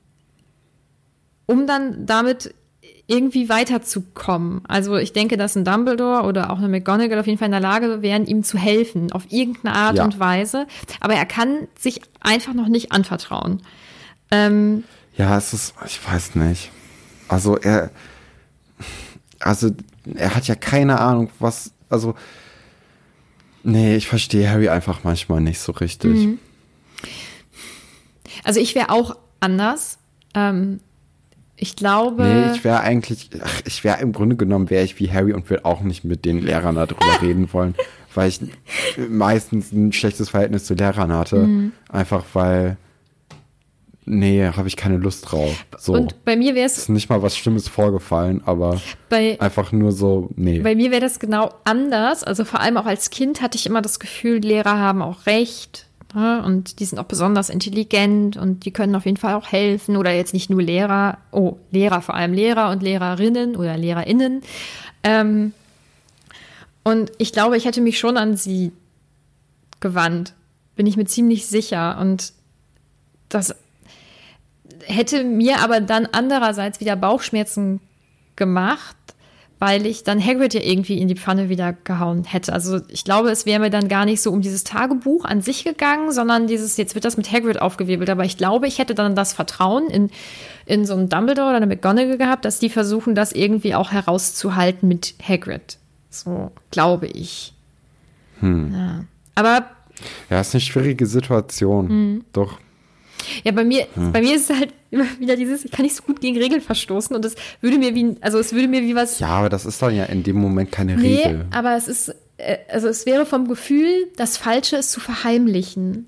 um dann damit irgendwie weiterzukommen. Also ich denke, dass ein Dumbledore oder auch eine McGonagall auf jeden Fall in der Lage wären, ihm zu helfen, auf irgendeine Art ja. und Weise. Aber er kann sich einfach noch nicht anvertrauen. Ähm, ja, es ist, ich weiß nicht. Also er... Also, er hat ja keine Ahnung, was, also, nee, ich verstehe Harry einfach manchmal nicht so richtig. Mhm. Also, ich wäre auch anders. Ähm, ich glaube... Nee, ich wäre eigentlich, ach, ich wäre im Grunde genommen, wäre ich wie Harry und würde auch nicht mit den Lehrern darüber reden wollen, weil ich meistens ein schlechtes Verhältnis zu Lehrern hatte. Mhm. Einfach weil... Nee, habe ich keine Lust drauf. So. Und bei mir wäre es... Ist nicht mal was Schlimmes vorgefallen, aber bei, einfach nur so, nee. Bei mir wäre das genau anders. Also vor allem auch als Kind hatte ich immer das Gefühl, Lehrer haben auch recht. Ne? Und die sind auch besonders intelligent und die können auf jeden Fall auch helfen. Oder jetzt nicht nur Lehrer, oh, Lehrer, vor allem Lehrer und Lehrerinnen oder LehrerInnen. Ähm, und ich glaube, ich hätte mich schon an sie gewandt. Bin ich mir ziemlich sicher. Und das hätte mir aber dann andererseits wieder Bauchschmerzen gemacht, weil ich dann Hagrid ja irgendwie in die Pfanne wieder gehauen hätte. Also ich glaube, es wäre mir dann gar nicht so um dieses Tagebuch an sich gegangen, sondern dieses, jetzt wird das mit Hagrid aufgewirbelt. Aber ich glaube, ich hätte dann das Vertrauen in, in so einen Dumbledore oder eine McGonagall gehabt, dass die versuchen, das irgendwie auch herauszuhalten mit Hagrid. So glaube ich. Hm. Ja. Aber... Ja, ist eine schwierige Situation. Mhm. Doch. Ja, bei mir, hm. bei mir ist es halt immer wieder dieses, ich kann nicht so gut gegen Regeln verstoßen und es würde mir wie, also es würde mir wie was... Ja, aber das ist dann ja in dem Moment keine nee, Regel. Aber es ist, also es wäre vom Gefühl, das Falsche ist zu verheimlichen.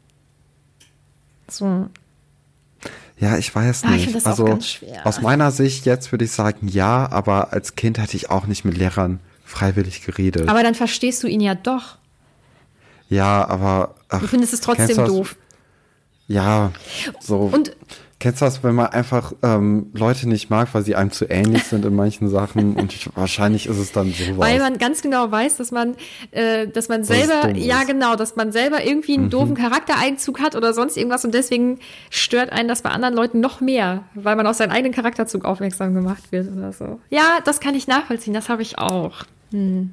So. Ja, ich weiß ah, nicht. Ich finde das also auch ganz schwer. Aus meiner Sicht jetzt würde ich sagen, ja, aber als Kind hatte ich auch nicht mit Lehrern freiwillig geredet. Aber dann verstehst du ihn ja doch. Ja, aber... Ach, du findest es trotzdem doof. Ja, so... Und kennst du das, wenn man einfach ähm, Leute nicht mag, weil sie einem zu ähnlich sind in manchen Sachen? Und ich, wahrscheinlich ist es dann sowas. Weil man ganz genau weiß, dass man, äh, dass man selber, das ja genau, dass man selber irgendwie einen mhm. doofen Charaktereinzug hat oder sonst irgendwas und deswegen stört einen das bei anderen Leuten noch mehr, weil man auf seinen eigenen Charakterzug aufmerksam gemacht wird oder so. Ja, das kann ich nachvollziehen, das habe ich auch. Hm.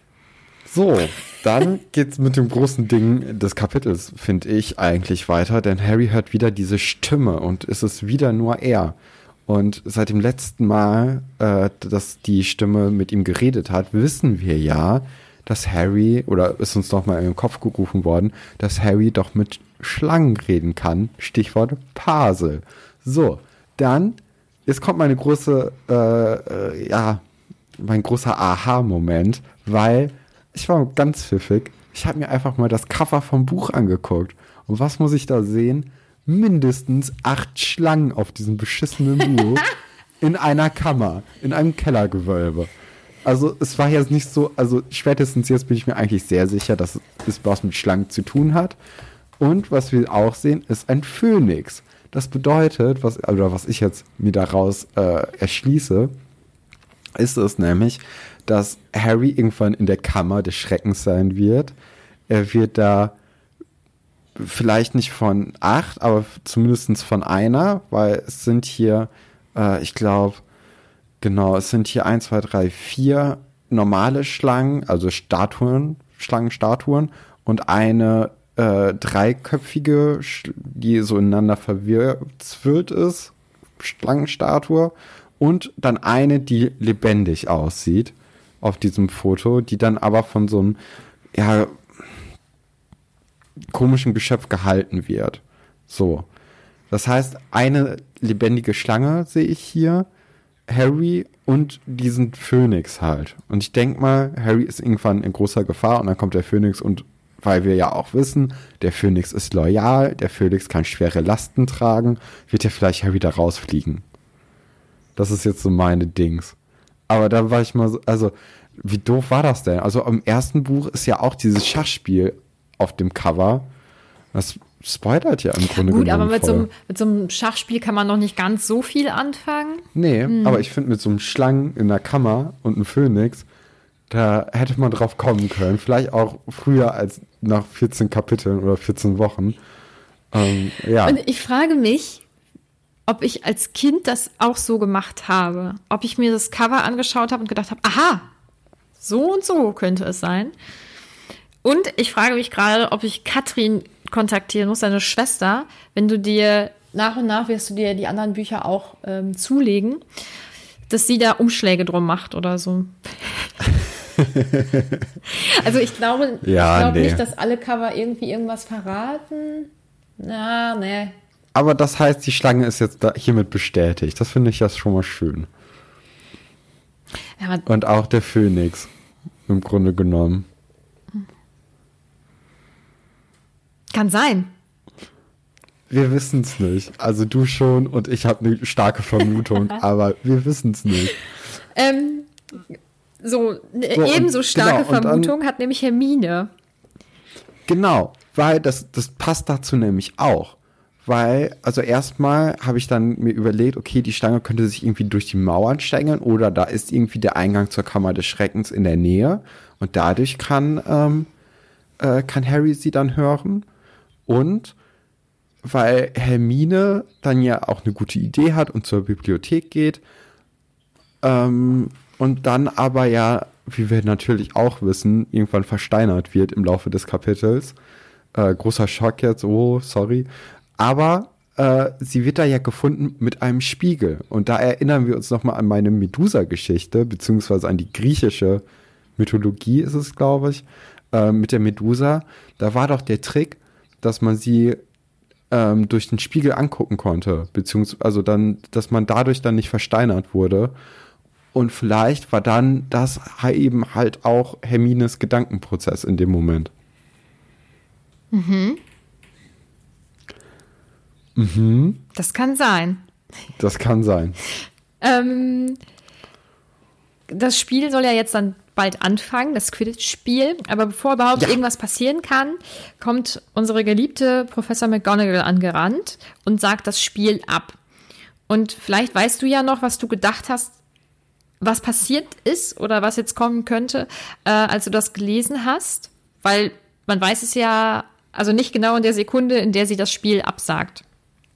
So, dann geht's mit dem großen Ding des Kapitels, finde ich, eigentlich weiter, denn Harry hört wieder diese Stimme und es ist wieder nur er. Und seit dem letzten Mal, äh, dass die Stimme mit ihm geredet hat, wissen wir ja, dass Harry, oder ist uns noch mal in den Kopf gerufen worden, dass Harry doch mit Schlangen reden kann. Stichwort Pasel. So, dann, jetzt kommt meine große, äh, äh, ja, mein großer Aha-Moment, weil ich war ganz pfiffig. Ich habe mir einfach mal das Cover vom Buch angeguckt. Und was muss ich da sehen? Mindestens acht Schlangen auf diesem beschissenen Buch in einer Kammer, in einem Kellergewölbe. Also es war jetzt nicht so, also spätestens jetzt bin ich mir eigentlich sehr sicher, dass es was mit Schlangen zu tun hat. Und was wir auch sehen, ist ein Phönix. Das bedeutet, was, oder was ich jetzt mir daraus äh, erschließe, ist es nämlich, dass Harry irgendwann in der Kammer des Schreckens sein wird. Er wird da vielleicht nicht von acht, aber zumindest von einer, weil es sind hier, äh, ich glaube, genau, es sind hier eins, zwei, drei, vier normale Schlangen, also Statuen, Schlangenstatuen und eine äh, dreiköpfige, die so ineinander verwirzelt ist, Schlangenstatue und dann eine, die lebendig aussieht auf diesem Foto, die dann aber von so einem, ja, komischen Geschöpf gehalten wird. So. Das heißt, eine lebendige Schlange sehe ich hier, Harry und diesen Phönix halt. Und ich denke mal, Harry ist irgendwann in großer Gefahr und dann kommt der Phönix und weil wir ja auch wissen, der Phönix ist loyal, der Phönix kann schwere Lasten tragen, wird ja vielleicht Harry da rausfliegen. Das ist jetzt so meine Dings. Aber da war ich mal so, also, wie doof war das denn? Also im ersten Buch ist ja auch dieses Schachspiel auf dem Cover. Das spoilert ja im Grunde Gut, genommen aber mit voll. so, einem, mit so einem Schachspiel kann man noch nicht ganz so viel anfangen. Nee, hm. aber ich finde mit so einem Schlangen in der Kammer und einem Phönix, da hätte man drauf kommen können. Vielleicht auch früher als nach vierzehn Kapiteln oder vierzehn Wochen. Ähm, ja. Und ich frage mich, ob ich als Kind das auch so gemacht habe. Ob ich mir das Cover angeschaut habe und gedacht habe, aha, so und so könnte es sein. Und ich frage mich gerade, ob ich Katrin kontaktieren muss, deine Schwester, wenn du dir, nach und nach wirst du dir die anderen Bücher auch ähm, zulegen, dass sie da Umschläge drum macht oder so. Also ich glaube, ja, ich glaube nee. nicht, dass alle Cover irgendwie irgendwas verraten. Na, nee. Aber das heißt, die Schlange ist jetzt da hiermit bestätigt. Das finde ich ja schon mal schön. Ja, und auch der Phönix, im Grunde genommen. Kann sein. Wir wissen es nicht. Also du schon und ich habe eine starke Vermutung, aber wir wissen es nicht. Ähm, so, eine so, ebenso starke genau, Vermutung dann, hat nämlich Hermine. Genau, weil das, das passt dazu nämlich auch. Weil, also erstmal habe ich dann mir überlegt, okay, die Schlange könnte sich irgendwie durch die Mauern stängeln oder da ist irgendwie der Eingang zur Kammer des Schreckens in der Nähe und dadurch kann, ähm, äh, kann Harry sie dann hören. Und weil Hermine dann ja auch eine gute Idee hat und zur Bibliothek geht ähm, und dann aber ja, wie wir natürlich auch wissen, irgendwann versteinert wird im Laufe des Kapitels. Äh, großer Schock jetzt, oh, sorry. Aber äh, sie wird da ja gefunden mit einem Spiegel. Und da erinnern wir uns nochmal an meine Medusa-Geschichte, beziehungsweise an die griechische Mythologie ist es, glaube ich, äh, mit der Medusa. Da war doch der Trick, dass man sie ähm, durch den Spiegel angucken konnte, beziehungsweise also dann, dass man dadurch dann nicht versteinert wurde. Und vielleicht war dann das eben halt auch Hermines Gedankenprozess in dem Moment. Mhm. Mhm. Das kann sein. Das kann sein. Ähm, das Spiel soll ja jetzt dann bald anfangen, das Quidditch-Spiel. Aber bevor überhaupt ja. irgendwas passieren kann, kommt unsere geliebte Professor McGonagall angerannt und sagt das Spiel ab. Und vielleicht weißt du ja noch, was du gedacht hast, was passiert ist oder was jetzt kommen könnte, äh, als du das gelesen hast. Weil man weiß es ja, also nicht genau in der Sekunde, in der sie das Spiel absagt.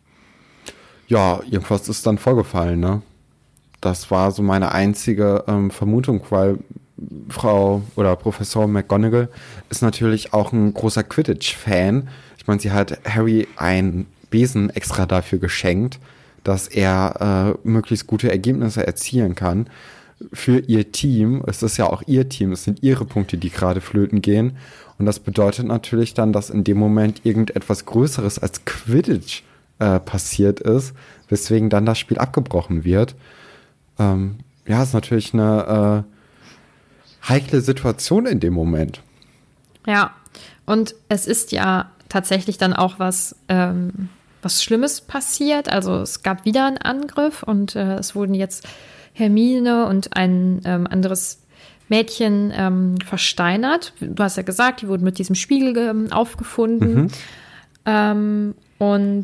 Ja, irgendwas ist dann vorgefallen, ne? Das war so meine einzige ähm, Vermutung, weil Frau oder Professor McGonagall ist natürlich auch ein großer Quidditch-Fan. Ich meine, sie hat Harry einen Besen extra dafür geschenkt, dass er äh, möglichst gute Ergebnisse erzielen kann. Für ihr Team, es ist ja auch ihr Team, es sind ihre Punkte, die gerade flöten gehen. Und das bedeutet natürlich dann, dass in dem Moment irgendetwas Größeres als Quidditch äh, passiert ist, weswegen dann das Spiel abgebrochen wird. Ähm, ja, ist natürlich eine äh, heikle Situation in dem Moment. Ja, und es ist ja tatsächlich dann auch was, ähm, was Schlimmes passiert. Also es gab wieder einen Angriff und äh, es wurden jetzt Hermine und ein ähm, anderes Mädchen ähm, versteinert. Du hast ja gesagt, die wurden mit diesem Spiegel ähm, aufgefunden. Mhm. Ähm, und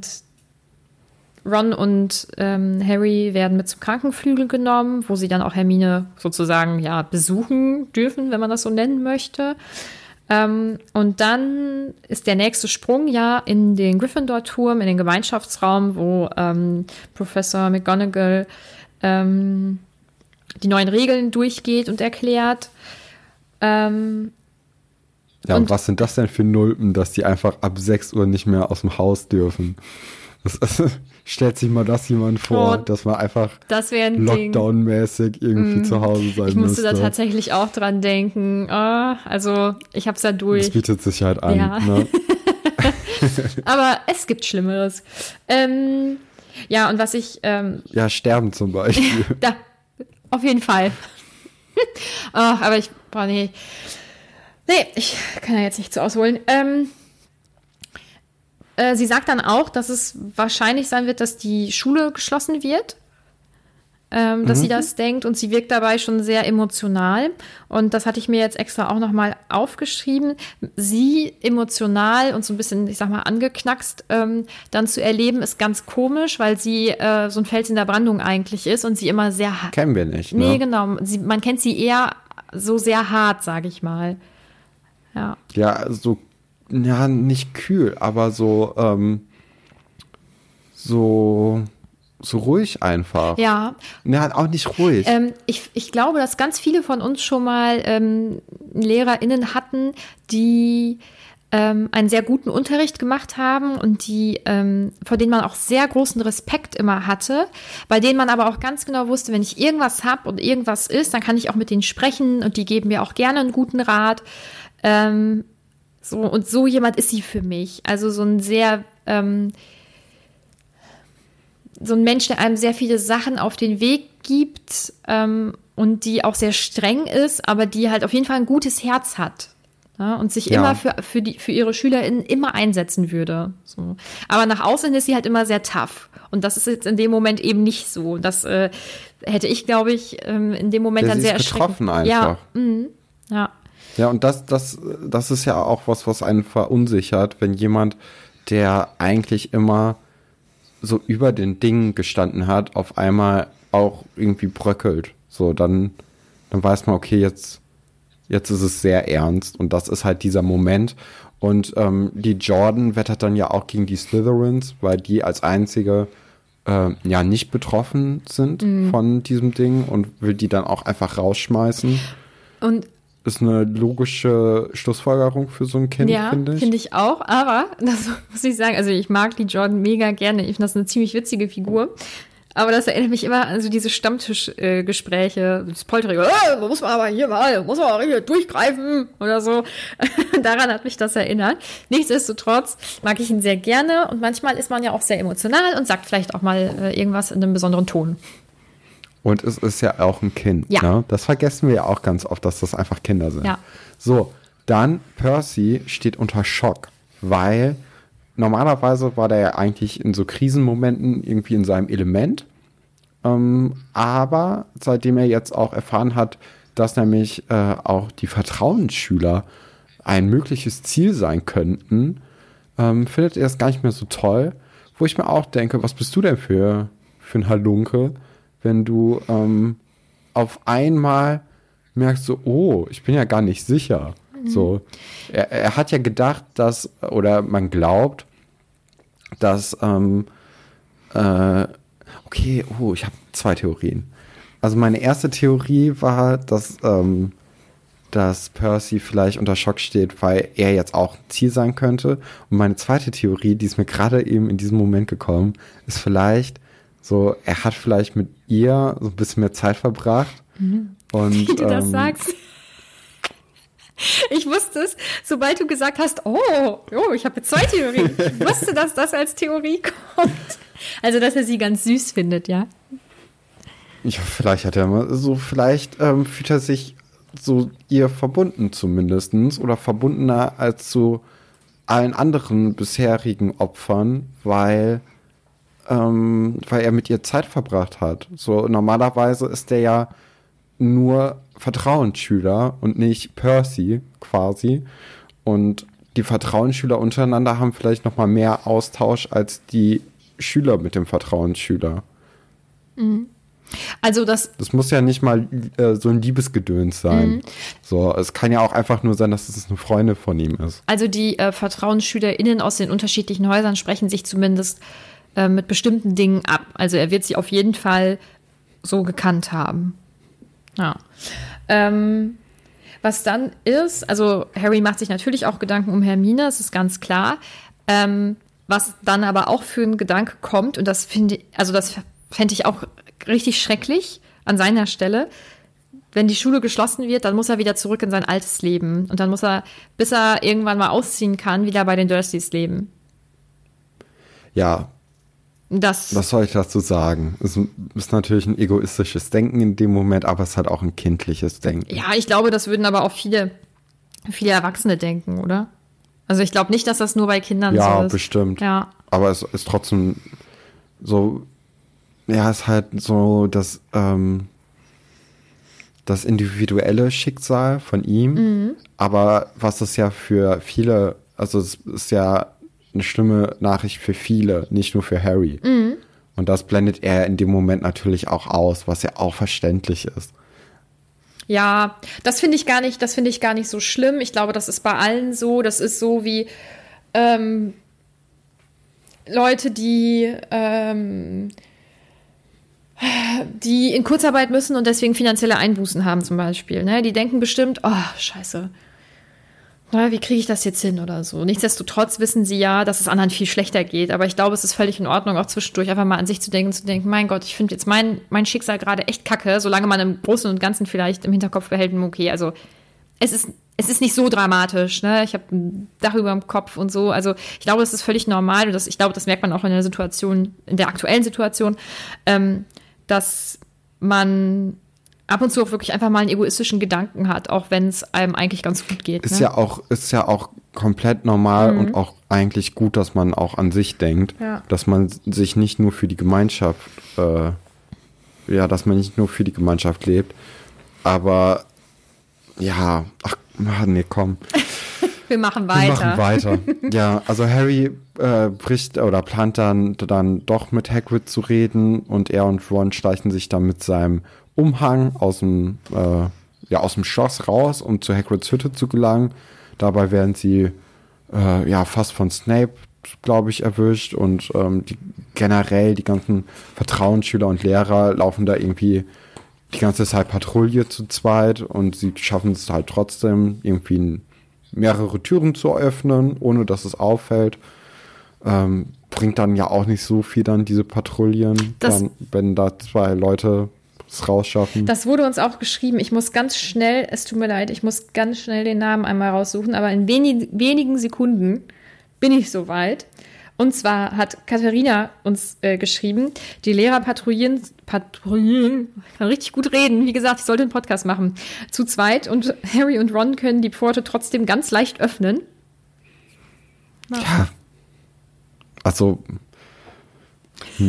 Ron und ähm, Harry werden mit zum Krankenflügel genommen, wo sie dann auch Hermine sozusagen ja besuchen dürfen, wenn man das so nennen möchte. Ähm, und dann ist der nächste Sprung ja in den Gryffindor-Turm, in den Gemeinschaftsraum, wo ähm, Professor McGonagall ähm, die neuen Regeln durchgeht und erklärt. Ähm, ja, und, und was sind das denn für Nulpen, dass die einfach ab sechs Uhr nicht mehr aus dem Haus dürfen? Das, das, stellt sich mal das jemand vor, oh, dass man einfach ein Lockdown-mäßig irgendwie mm, zu Hause sein müsste. Ich musste müsste. da tatsächlich auch dran denken. Oh, also ich hab's ja durch. Das bietet sich halt an. Ja. Ne? Aber es gibt Schlimmeres. Ähm, ja, und was ich... Ähm, ja, sterben zum Beispiel. da, auf jeden Fall. oh, aber ich... Boah, nee. Nee, ich kann ja jetzt nicht so ausholen. Ähm... Sie sagt dann auch, dass es wahrscheinlich sein wird, dass die Schule geschlossen wird, ähm, dass mhm. sie das denkt und sie wirkt dabei schon sehr emotional und das hatte ich mir jetzt extra auch nochmal aufgeschrieben. Sie emotional und so ein bisschen, ich sag mal, angeknackst ähm, dann zu erleben, ist ganz komisch, weil sie äh, so ein Fels in der Brandung eigentlich ist und sie immer sehr... Kennen wir nicht, ne? Nee, genau. Sie, man kennt sie eher so sehr hart, sage ich mal. Ja, ja, so ja, nicht kühl, aber so, ähm, so, so ruhig einfach. Ja. Ja, auch nicht ruhig. Ähm, ich, ich glaube, dass ganz viele von uns schon mal ähm, LehrerInnen hatten, die ähm, einen sehr guten Unterricht gemacht haben und die, ähm, vor denen man auch sehr großen Respekt immer hatte, bei denen man aber auch ganz genau wusste, wenn ich irgendwas habe und irgendwas ist, dann kann ich auch mit denen sprechen und die geben mir auch gerne einen guten Rat. Ähm, So, und so jemand ist sie für mich. Also so ein sehr, ähm, so ein Mensch, der einem sehr viele Sachen auf den Weg gibt ähm, und die auch sehr streng ist, aber die halt auf jeden Fall ein gutes Herz hat. Ja, und sich ja. immer für, für, die, für ihre SchülerInnen immer einsetzen würde. So. Aber nach außen ist sie halt immer sehr tough. Und das ist jetzt in dem Moment eben nicht so. Das äh, hätte ich, glaube ich, ähm, in dem Moment ja, dann sie sehr ist betroffen einfach. Ja, mh, ja. Ja, und das, das, das ist ja auch was, was einen verunsichert, wenn jemand, der eigentlich immer so über den Dingen gestanden hat, auf einmal auch irgendwie bröckelt. So, dann, dann weiß man, okay, jetzt, jetzt ist es sehr ernst und das ist halt dieser Moment. Und ähm, die Jordan wettert dann ja auch gegen die Slytherins, weil die als einzige äh, ja nicht betroffen sind mhm. von diesem Ding und will die dann auch einfach rausschmeißen. Und ist eine logische Schlussfolgerung für so ein Kind, ja, finde ich. finde ich auch. Aber, das muss ich sagen, also ich mag die Jordan mega gerne. Ich finde das eine ziemlich witzige Figur. Aber das erinnert mich immer an so diese Stammtischgespräche, äh, das Polterige, äh, muss man aber hier mal, muss man auch hier durchgreifen oder so. Daran hat mich das erinnert. Nichtsdestotrotz mag ich ihn sehr gerne und manchmal ist man ja auch sehr emotional und sagt vielleicht auch mal äh, irgendwas in einem besonderen Ton. Und es ist ja auch ein Kind. Ja. Ne? Das vergessen wir ja auch ganz oft, dass das einfach Kinder sind. Ja. So, dann Percy steht unter Schock, weil normalerweise war der ja eigentlich in so Krisenmomenten irgendwie in seinem Element. Ähm, aber seitdem er jetzt auch erfahren hat, dass nämlich äh, auch die Vertrauensschüler ein mögliches Ziel sein könnten, ähm, findet er es gar nicht mehr so toll. Wo ich mir auch denke, was bist du denn für, für ein Halunke, wenn du ähm, auf einmal merkst so, oh, ich bin ja gar nicht sicher. Mhm. So, er, er hat ja gedacht, dass, oder man glaubt, dass, ähm, äh, okay, oh, ich habe zwei Theorien. Also meine erste Theorie war, dass, ähm, dass Percy vielleicht unter Schock steht, weil er jetzt auch ein Ziel sein könnte. Und meine zweite Theorie, die ist mir gerade eben in diesem Moment gekommen, ist vielleicht so, er hat vielleicht mit ihr so ein bisschen mehr Zeit verbracht. Mhm. Und, wie du das ähm, sagst. Ich wusste es, sobald du gesagt hast, oh, oh ich habe jetzt zwei Theorien. Ich wusste, dass das als Theorie kommt. Also, dass er sie ganz süß findet, ja. Ja, vielleicht hat er mal so, vielleicht ähm, fühlt er sich so ihr verbunden zumindestens oder verbundener als zu allen anderen bisherigen Opfern, weil, ähm, weil er mit ihr Zeit verbracht hat. So normalerweise ist der ja nur Vertrauensschüler und nicht Percy quasi. Und die Vertrauensschüler untereinander haben vielleicht noch mal mehr Austausch als die Schüler mit dem Vertrauensschüler. Mhm. Also das, das muss ja nicht mal äh, so ein Liebesgedöns sein. Mhm. So, es kann ja auch einfach nur sein, dass es eine Freundin von ihm ist. Also die äh, VertrauensschülerInnen aus den unterschiedlichen Häusern sprechen sich zumindest äh, mit bestimmten Dingen ab. Also er wird sie auf jeden Fall so gekannt haben. Ja. Ähm, was dann ist, also Harry macht sich natürlich auch Gedanken um Hermine, das ist ganz klar. Ähm, was dann aber auch für ein Gedanke kommt, und das finde ich, also das fände ich auch richtig schrecklich an seiner Stelle. Wenn die Schule geschlossen wird, dann muss er wieder zurück in sein altes Leben. Und dann muss er, bis er irgendwann mal ausziehen kann, wieder bei den Dursleys leben. Ja. Das, Was soll ich dazu sagen? Es ist natürlich ein egoistisches Denken in dem Moment, aber es ist halt auch ein kindliches Denken. Ja, ich glaube, das würden aber auch viele, viele Erwachsene denken, oder? Also ich glaube nicht, dass das nur bei Kindern ja, so ist. Ja, bestimmt. Ja. Aber es ist trotzdem so, ja, es ist halt so das, ähm, das individuelle Schicksal von ihm. Mhm. Aber was es ja für viele, also es ist ja eine schlimme Nachricht für viele, nicht nur für Harry. Mhm. Und das blendet er in dem Moment natürlich auch aus, was ja auch verständlich ist. Ja, das finde ich gar nicht, das finde ich gar nicht so schlimm. Ich glaube, das ist bei allen so. Das ist so wie ähm, Leute, die ähm, die in Kurzarbeit müssen und deswegen finanzielle Einbußen haben zum Beispiel. Ne? Die denken bestimmt, oh, scheiße, na, wie kriege ich das jetzt hin oder so. Nichtsdestotrotz wissen sie ja, dass es anderen viel schlechter geht. Aber ich glaube, es ist völlig in Ordnung, auch zwischendurch einfach mal an sich zu denken, zu denken, mein Gott, ich finde jetzt mein, mein Schicksal gerade echt kacke, solange man im Großen und Ganzen vielleicht im Hinterkopf behält, okay, also es ist, es ist nicht so dramatisch, ne? Ich habe ein Dach über dem Kopf und so. Also ich glaube, das ist völlig normal und das, ich glaube, das merkt man auch in der Situation, in der aktuellen Situation, ähm, dass man ab und zu auch wirklich einfach mal einen egoistischen Gedanken hat, auch wenn es einem eigentlich ganz gut geht. Ist ne? ja auch, ist ja auch komplett normal mhm. und auch eigentlich gut, dass man auch an sich denkt, ja. dass man sich nicht nur für die Gemeinschaft, äh, ja, dass man nicht nur für die Gemeinschaft lebt, aber ja, ach, nee, komm. Wir machen weiter. Wir machen weiter. Ja, also Harry äh, bricht oder plant dann, dann doch mit Hagrid zu reden und er und Ron schleichen sich dann mit seinem Umhang aus dem, äh, ja, aus dem Schloss raus, um zu Hagrids Hütte zu gelangen. Dabei werden sie äh, ja fast von Snape, glaube ich, erwischt und ähm, die, generell die ganzen Vertrauensschüler und Lehrer laufen da irgendwie die ganze Zeit Patrouille zu zweit und sie schaffen es halt trotzdem, irgendwie mehrere Türen zu öffnen, ohne dass es auffällt. Ähm, bringt dann ja auch nicht so viel dann diese Patrouillen, dann, wenn da zwei Leute es rausschaffen. Das wurde uns auch geschrieben. Ich muss ganz schnell, es tut mir leid, ich muss ganz schnell den Namen einmal raussuchen, aber in wenig, wenigen Sekunden bin ich soweit. Und zwar hat Katharina uns äh, geschrieben, die Lehrer patrouillieren, patrouillieren, ich kann richtig gut reden, wie gesagt, ich sollte einen Podcast machen, zu zweit und Harry und Ron können die Pforte trotzdem ganz leicht öffnen. Na. Ja, also hm.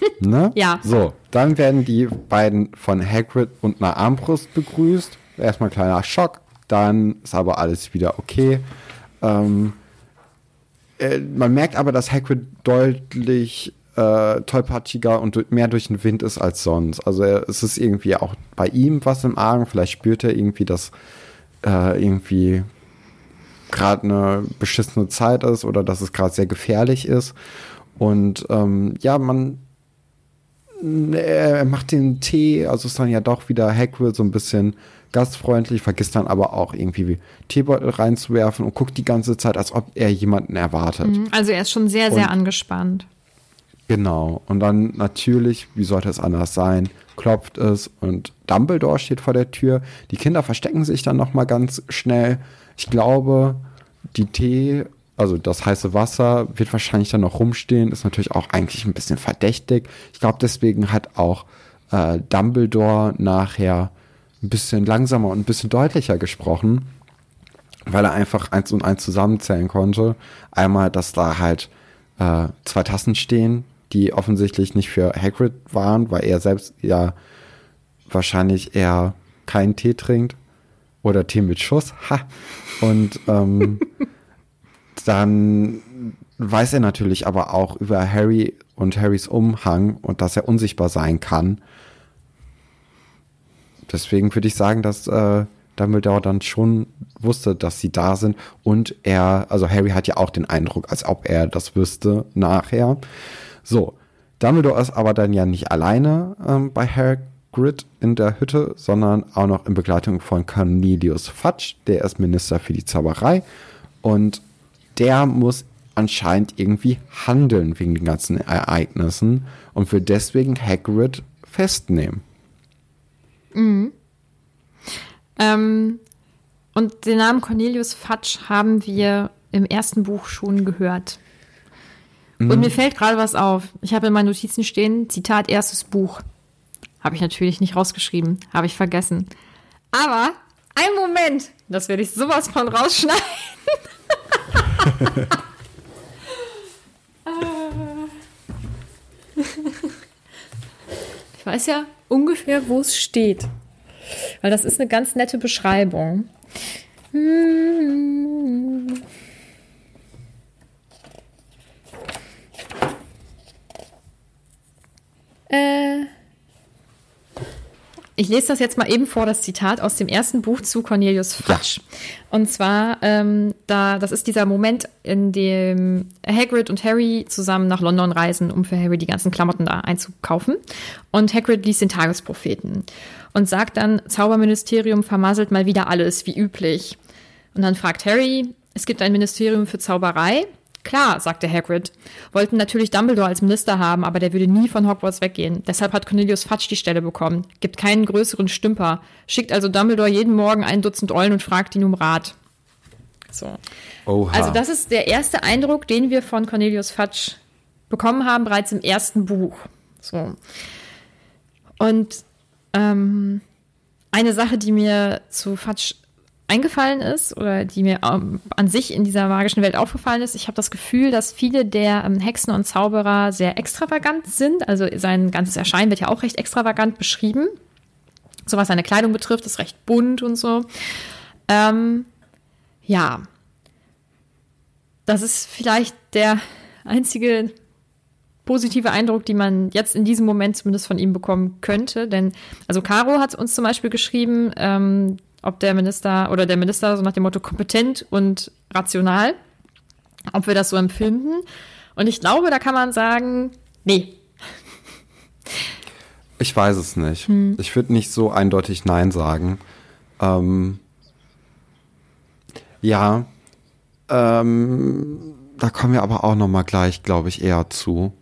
Ne? Ja. So, dann werden die beiden von Hagrid und einer Armbrust begrüßt. Erstmal ein kleiner Schock, dann ist aber alles wieder okay. Ähm, äh, man merkt aber, dass Hagrid deutlich äh, tollpatschiger und mehr durch den Wind ist als sonst. Also er, es ist irgendwie auch bei ihm was im Argen. Vielleicht spürt er irgendwie, dass äh, irgendwie gerade eine beschissene Zeit ist oder dass es gerade sehr gefährlich ist. Und ähm, ja, man er macht den Tee, also ist dann ja doch wieder Hagrid so ein bisschen gastfreundlich, vergisst dann aber auch irgendwie Teebeutel reinzuwerfen und guckt die ganze Zeit, als ob er jemanden erwartet. Also er ist schon sehr, sehr und, angespannt. Genau. Und dann natürlich, wie sollte es anders sein, klopft es und Dumbledore steht vor der Tür. Die Kinder verstecken sich dann noch mal ganz schnell. Ich glaube, die Tee, also das heiße Wasser, wird wahrscheinlich dann noch rumstehen. Ist natürlich auch eigentlich ein bisschen verdächtig. Ich glaube, deswegen hat auch äh, Dumbledore nachher ein bisschen langsamer und ein bisschen deutlicher gesprochen, weil er einfach eins und eins zusammenzählen konnte. Einmal, dass da halt äh, zwei Tassen stehen, die offensichtlich nicht für Hagrid waren, weil er selbst ja wahrscheinlich eher keinen Tee trinkt oder Tee mit Schuss. Ha. Und ähm, dann weiß er natürlich aber auch über Harry und Harrys Umhang und dass er unsichtbar sein kann. Deswegen würde ich sagen, dass äh, Dumbledore dann schon wusste, dass sie da sind und er, also Harry hat ja auch den Eindruck, als ob er das wüsste nachher. So, Dumbledore ist aber dann ja nicht alleine ähm, bei Hagrid in der Hütte, sondern auch noch in Begleitung von Cornelius Fudge, der ist Minister für die Zauberei und der muss anscheinend irgendwie handeln wegen den ganzen Ereignissen und will deswegen Hagrid festnehmen. Mhm. Ähm, und den Namen Cornelius Fudge haben wir im ersten Buch schon gehört. Mhm. Und mir fällt gerade was auf. Ich habe in meinen Notizen stehen, Zitat, erstes Buch. Habe ich natürlich nicht rausgeschrieben. Habe ich vergessen. Aber, ein Moment, das werde ich sowas von rausschneiden. Ich weiß ja ungefähr, wo es steht. Weil das ist eine ganz nette Beschreibung. Hm. Äh. Ich lese das jetzt mal eben vor, das Zitat aus dem ersten Buch zu Cornelius Fudge. Ja. Und zwar, ähm, da, das ist dieser Moment, in dem Hagrid und Harry zusammen nach London reisen, um für Harry die ganzen Klamotten da einzukaufen. Und Hagrid liest den Tagespropheten und sagt dann, Zauberministerium vermasselt mal wieder alles, wie üblich. Und dann fragt Harry, es gibt ein Ministerium für Zauberei? Klar, sagte Hagrid. Wollten natürlich Dumbledore als Minister haben, aber der würde nie von Hogwarts weggehen. Deshalb hat Cornelius Fudge die Stelle bekommen. Gibt keinen größeren Stümper. Schickt also Dumbledore jeden Morgen ein Dutzend Eulen und fragt ihn um Rat. So. Oha. Also das ist der erste Eindruck, den wir von Cornelius Fudge bekommen haben, bereits im ersten Buch. So. Und ähm, eine Sache, die mir zu Fudge eingefallen ist oder die mir ähm, an sich in dieser magischen Welt aufgefallen ist. Ich habe das Gefühl, dass viele der ähm, Hexen und Zauberer sehr extravagant sind. Also sein ganzes Erscheinen wird ja auch recht extravagant beschrieben. So was seine Kleidung betrifft, ist recht bunt und so. Ähm, ja. Das ist vielleicht der einzige positive Eindruck, die man jetzt in diesem Moment zumindest von ihm bekommen könnte. Denn, also Caro hat uns zum Beispiel geschrieben, ähm, ob der Minister oder der Minister so nach dem Motto kompetent und rational, ob wir das so empfinden. Und ich glaube, da kann man sagen, nee. Ich weiß es nicht. Hm. Ich würde nicht so eindeutig Nein sagen. Ähm, ja, ähm, da kommen wir aber auch noch mal gleich, glaube ich, eher zu.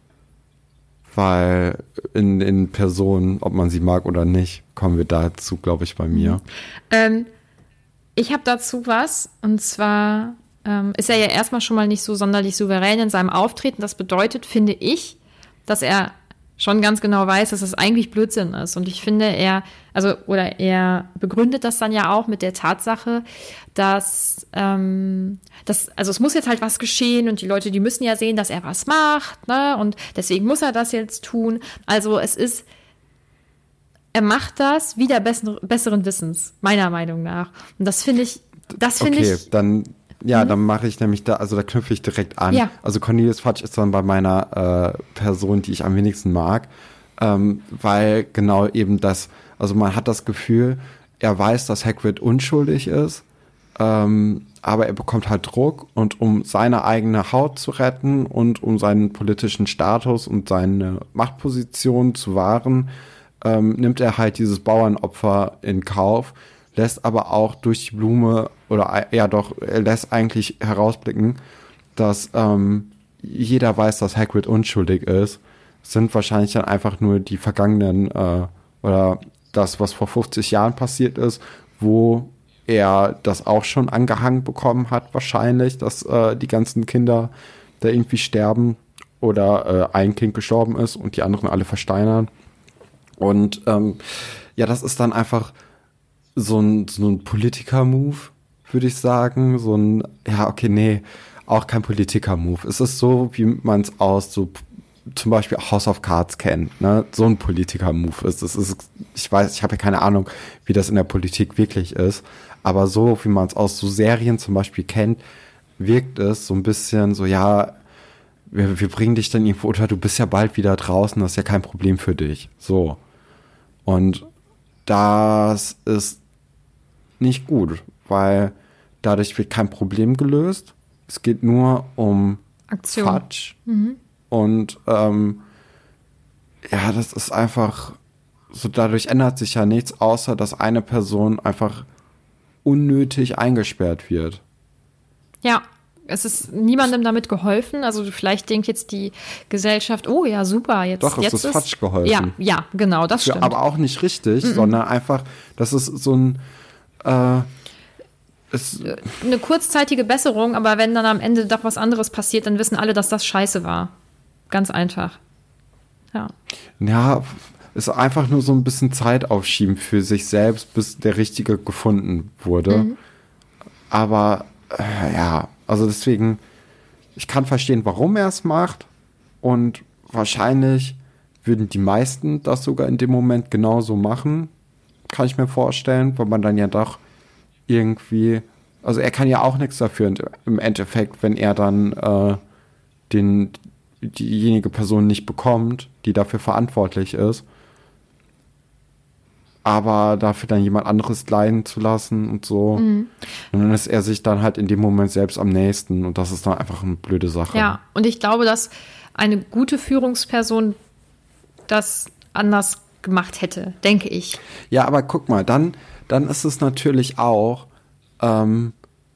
Weil in, in Person, ob man sie mag oder nicht, kommen wir dazu, glaube ich, bei mir. Ähm, ich habe dazu was, und zwar ähm, ist er ja erstmal schon mal nicht so sonderlich souverän in seinem Auftreten. Das bedeutet, finde ich, dass er schon ganz genau weiß, dass das eigentlich Blödsinn ist. Und ich finde, er, also, oder er begründet das dann ja auch mit der Tatsache, dass, ähm, dass, also es muss jetzt halt was geschehen und die Leute, die müssen ja sehen, dass er was macht, ne? Und deswegen muss er das jetzt tun. Also es ist, er macht das wieder besseren, besseren Wissens, meiner Meinung nach. Und das finde ich, das finde okay, ich. Okay, dann, ja, hm? dann mache ich nämlich da, also da knüpfe ich direkt an. Ja. Also Cornelius Fudge ist dann bei meiner äh, Person, die ich am wenigsten mag, ähm, weil genau eben das, also man hat das Gefühl, er weiß, dass Hagrid unschuldig ist, ähm, aber er bekommt halt Druck und um seine eigene Haut zu retten und um seinen politischen Status und seine Machtposition zu wahren, ähm, nimmt er halt dieses Bauernopfer in Kauf, lässt aber auch durch die Blume, oder ja doch, er lässt eigentlich herausblicken, dass ähm, jeder weiß, dass Hagrid unschuldig ist. Es sind wahrscheinlich dann einfach nur die vergangenen, äh, oder das, was vor fünfzig Jahren passiert ist, wo er das auch schon angehangen bekommen hat, wahrscheinlich, dass äh, die ganzen Kinder da irgendwie sterben oder äh, ein Kind gestorben ist und die anderen alle versteinern. Und ähm, ja, das ist dann einfach so ein, so ein Politiker-Move, würde ich sagen. So ein, ja, okay, nee, auch kein Politiker-Move. Es ist so, wie man es aus so zum Beispiel House of Cards kennt, ne? So ein Politiker-Move ist. Es ist, ich weiß, ich habe ja keine Ahnung, wie das in der Politik wirklich ist, aber so, wie man es aus so Serien zum Beispiel kennt, wirkt es so ein bisschen so, ja, wir, wir bringen dich dann irgendwo unter, du bist ja bald wieder draußen, das ist ja kein Problem für dich. So. Und das ist nicht gut, weil dadurch wird kein Problem gelöst. Es geht nur um Aktion. Fudge. Mhm. Und ähm, ja, das ist einfach so, dadurch ändert sich ja nichts, außer dass eine Person einfach unnötig eingesperrt wird. Ja, es ist niemandem damit geholfen. Also vielleicht denkt jetzt die Gesellschaft, oh ja, super, jetzt, Doch, es jetzt ist ist Fudge geholfen. Ja, ja, genau, das Für, stimmt. aber auch nicht richtig, mm-mm. sondern einfach, das ist so ein äh, es, eine kurzzeitige Besserung, aber wenn dann am Ende doch was anderes passiert, dann wissen alle, dass das scheiße war. Ganz einfach. Ja. Ja, ist einfach nur so ein bisschen Zeit aufschieben für sich selbst, bis der Richtige gefunden wurde. Mhm. Aber äh, ja, also deswegen, ich kann verstehen, warum er es macht. Und wahrscheinlich würden die meisten das sogar in dem Moment genauso machen. Kann ich mir vorstellen, weil man dann ja doch irgendwie, also er kann ja auch nichts dafür im Endeffekt, wenn er dann äh, den diejenige Person nicht bekommt, die dafür verantwortlich ist. Aber dafür dann jemand anderes leiden zu lassen und so. Mhm. Und dann ist er sich dann halt in dem Moment selbst am nächsten. Und das ist dann einfach eine blöde Sache. Ja, und ich glaube, dass eine gute Führungsperson das anders gemacht hätte, denke ich. Ja, aber guck mal, dann, dann ist es natürlich auch, ähm,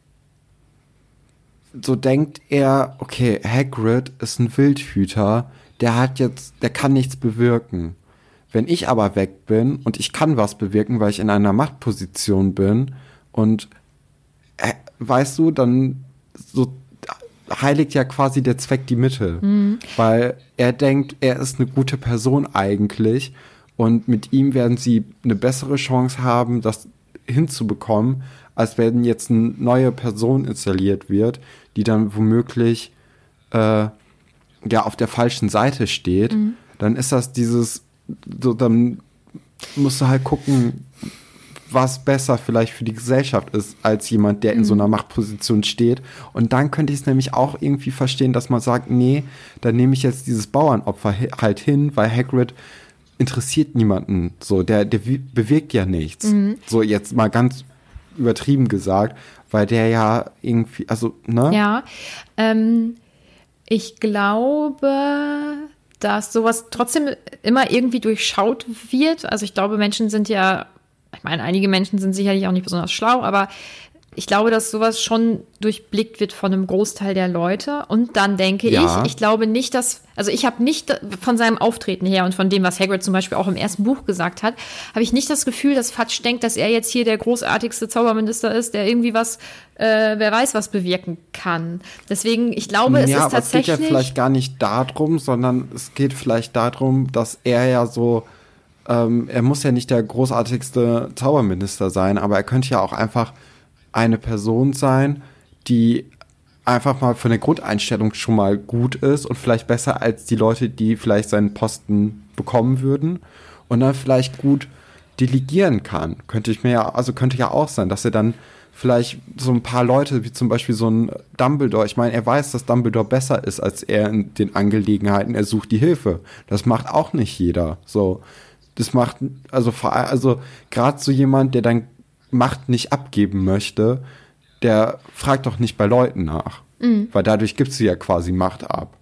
so denkt er, okay, Hagrid ist ein Wildhüter, der hat jetzt, der kann nichts bewirken. Wenn ich aber weg bin und ich kann was bewirken, weil ich in einer Machtposition bin und äh, weißt du, dann so heiligt ja quasi der Zweck die Mittel. Mhm. Weil er denkt, er ist eine gute Person eigentlich und mit ihm werden sie eine bessere Chance haben, das hinzubekommen, als wenn jetzt eine neue Person installiert wird, die dann womöglich äh, ja auf der falschen Seite steht. Mhm. Dann ist das dieses, so, dann musst du halt gucken, was besser vielleicht für die Gesellschaft ist, als jemand, der in mhm. so einer Machtposition steht. Und dann könnte ich es nämlich auch irgendwie verstehen, dass man sagt, nee, dann nehme ich jetzt dieses Bauernopfer halt hin, weil Hagrid interessiert niemanden. So, der, der bewirkt ja nichts. Mhm. So, jetzt mal ganz übertrieben gesagt, weil der ja irgendwie, also, ne? Ja, ähm, ich glaube, dass sowas trotzdem immer irgendwie durchschaut wird. Also ich glaube, Menschen sind ja, ich meine, einige Menschen sind sicherlich auch nicht besonders schlau, aber ich glaube, dass sowas schon durchblickt wird von einem Großteil der Leute. Und dann denke Ja. ich, ich glaube nicht, dass, also ich habe nicht von seinem Auftreten her und von dem, was Hagrid zum Beispiel auch im ersten Buch gesagt hat, habe ich nicht das Gefühl, dass Fudge denkt, dass er jetzt hier der großartigste Zauberminister ist, der irgendwie was, äh, wer weiß, was bewirken kann. Deswegen, ich glaube, es ja, ist aber es geht tatsächlich. ja vielleicht gar nicht darum, sondern es geht vielleicht darum, dass er ja so, ähm, er muss ja nicht der großartigste Zauberminister sein, aber er könnte ja auch einfach eine Person sein, die einfach mal von der Grundeinstellung schon mal gut ist und vielleicht besser als die Leute, die vielleicht seinen Posten bekommen würden und dann vielleicht gut delegieren kann. Könnte ich mir ja, also könnte ja auch sein, dass er dann vielleicht so ein paar Leute, wie zum Beispiel so ein Dumbledore, ich meine, er weiß, dass Dumbledore besser ist als er in den Angelegenheiten, er sucht die Hilfe. Das macht auch nicht jeder. So, das macht, also, also gerade so jemand, der dann Macht nicht abgeben möchte, der fragt doch nicht bei Leuten nach. Mhm. Weil dadurch gibt sie ja quasi Macht ab.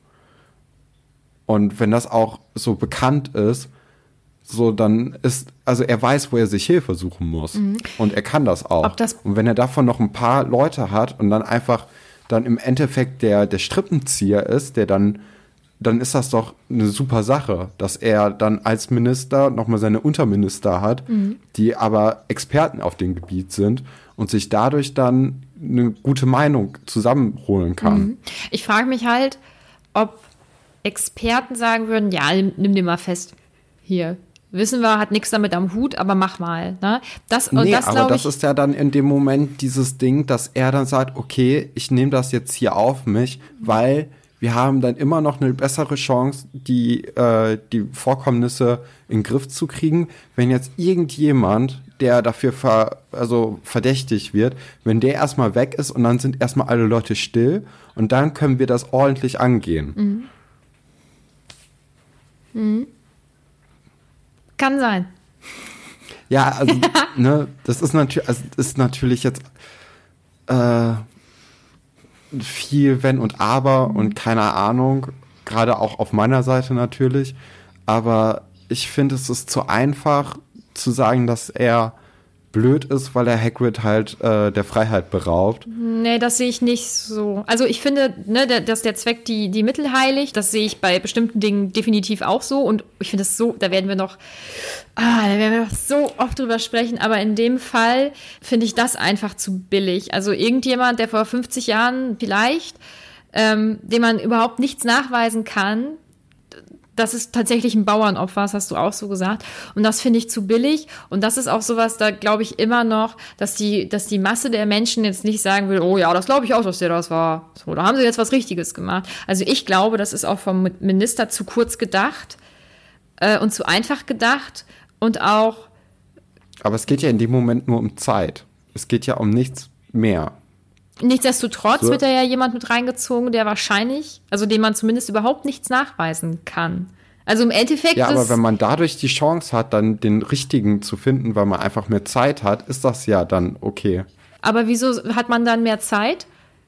Und wenn das auch so bekannt ist, so dann ist, also er weiß, wo er sich Hilfe suchen muss. Mhm. Und er kann das auch. Ob das und wenn er davon noch ein paar Leute hat und dann einfach dann im Endeffekt der, der Strippenzieher ist, der dann dann ist das doch eine super Sache, dass er dann als Minister nochmal seine Unterminister hat, mhm. die aber Experten auf dem Gebiet sind und sich dadurch dann eine gute Meinung zusammenholen kann. Mhm. Ich frage mich halt, ob Experten sagen würden, ja, nimm, nimm dir mal fest, hier, wissen wir, hat nichts damit am Hut, aber mach mal. Ne? Das, und nee, das, aber das ich, ist ja dann in dem Moment dieses Ding, dass er dann sagt, okay, ich nehme das jetzt hier auf mich, weil wir haben dann immer noch eine bessere Chance, die, äh, die Vorkommnisse in den Griff zu kriegen, wenn jetzt irgendjemand, der dafür ver, also verdächtig wird, wenn der erstmal weg ist und dann sind erstmal alle Leute still und dann können wir das ordentlich angehen. Mhm. Mhm. Kann sein. Ja, also, ne, das ist natürlich, also, ist natürlich jetzt äh, viel Wenn und Aber mhm. und keine Ahnung, gerade auch auf meiner Seite natürlich, aber ich finde, es ist zu einfach zu sagen, dass er blöd ist, weil er Hagrid halt äh, der Freiheit beraubt. Nee, das sehe ich nicht so. Also ich finde, ne, der, dass der Zweck die, die Mittel heiligt, das sehe ich bei bestimmten Dingen definitiv auch so und ich finde es so, da werden wir noch, ah, da werden wir noch so oft drüber sprechen, aber in dem Fall finde ich das einfach zu billig. Also irgendjemand, der vor fünfzig Jahren vielleicht, ähm, dem man überhaupt nichts nachweisen kann, das ist tatsächlich ein Bauernopfer, das hast du auch so gesagt. Und das finde ich zu billig. Und das ist auch sowas, da glaube ich immer noch, dass die, dass die Masse der Menschen jetzt nicht sagen will, oh ja, das glaube ich auch, dass der das war. So, da haben sie jetzt was Richtiges gemacht. Also ich glaube, das ist auch vom Minister zu kurz gedacht äh, und zu einfach gedacht und auch. Aber es geht ja in dem Moment nur um Zeit. Es geht ja um nichts mehr. Nichtsdestotrotz so. wird da ja jemand mit reingezogen, der wahrscheinlich, also dem man zumindest überhaupt nichts nachweisen kann. Also im Endeffekt Ja, ist, aber wenn man dadurch die Chance hat, dann den richtigen zu finden, weil man einfach mehr Zeit hat, ist das ja dann okay. Aber wieso hat man dann mehr Zeit?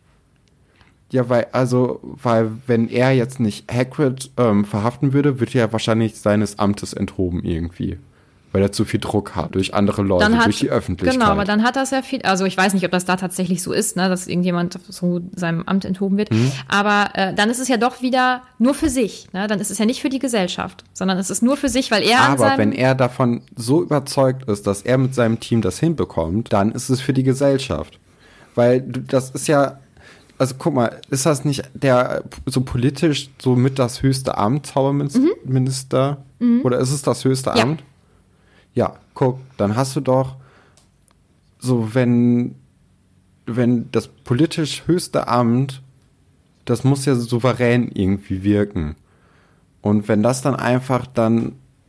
Ja, weil, also, weil wenn er jetzt nicht Hagrid ähm, verhaften würde, würde er wahrscheinlich seines Amtes enthoben irgendwie. Weil er zu viel Druck hat durch andere Leute, hat, durch die Öffentlichkeit. Genau, aber dann hat das ja viel, also ich weiß nicht, ob das da tatsächlich so ist, ne, dass irgendjemand so seinem Amt enthoben wird, mhm. aber äh, dann ist es ja doch wieder nur für sich, ne? Dann ist es ja nicht für die Gesellschaft, sondern es ist nur für sich, weil er aber an seinem wenn er davon so überzeugt ist, dass er mit seinem Team das hinbekommt, dann ist es für die Gesellschaft. Weil das ist ja, also guck mal, ist das nicht der so politisch so mit das höchste Amt, Zauberminister? Mhm. Oder ist es das höchste ja. Amt? Ja, guck, dann hast du doch so, wenn, wenn das politisch höchste Amt, das muss ja souverän irgendwie wirken. Und wenn das dann einfach dann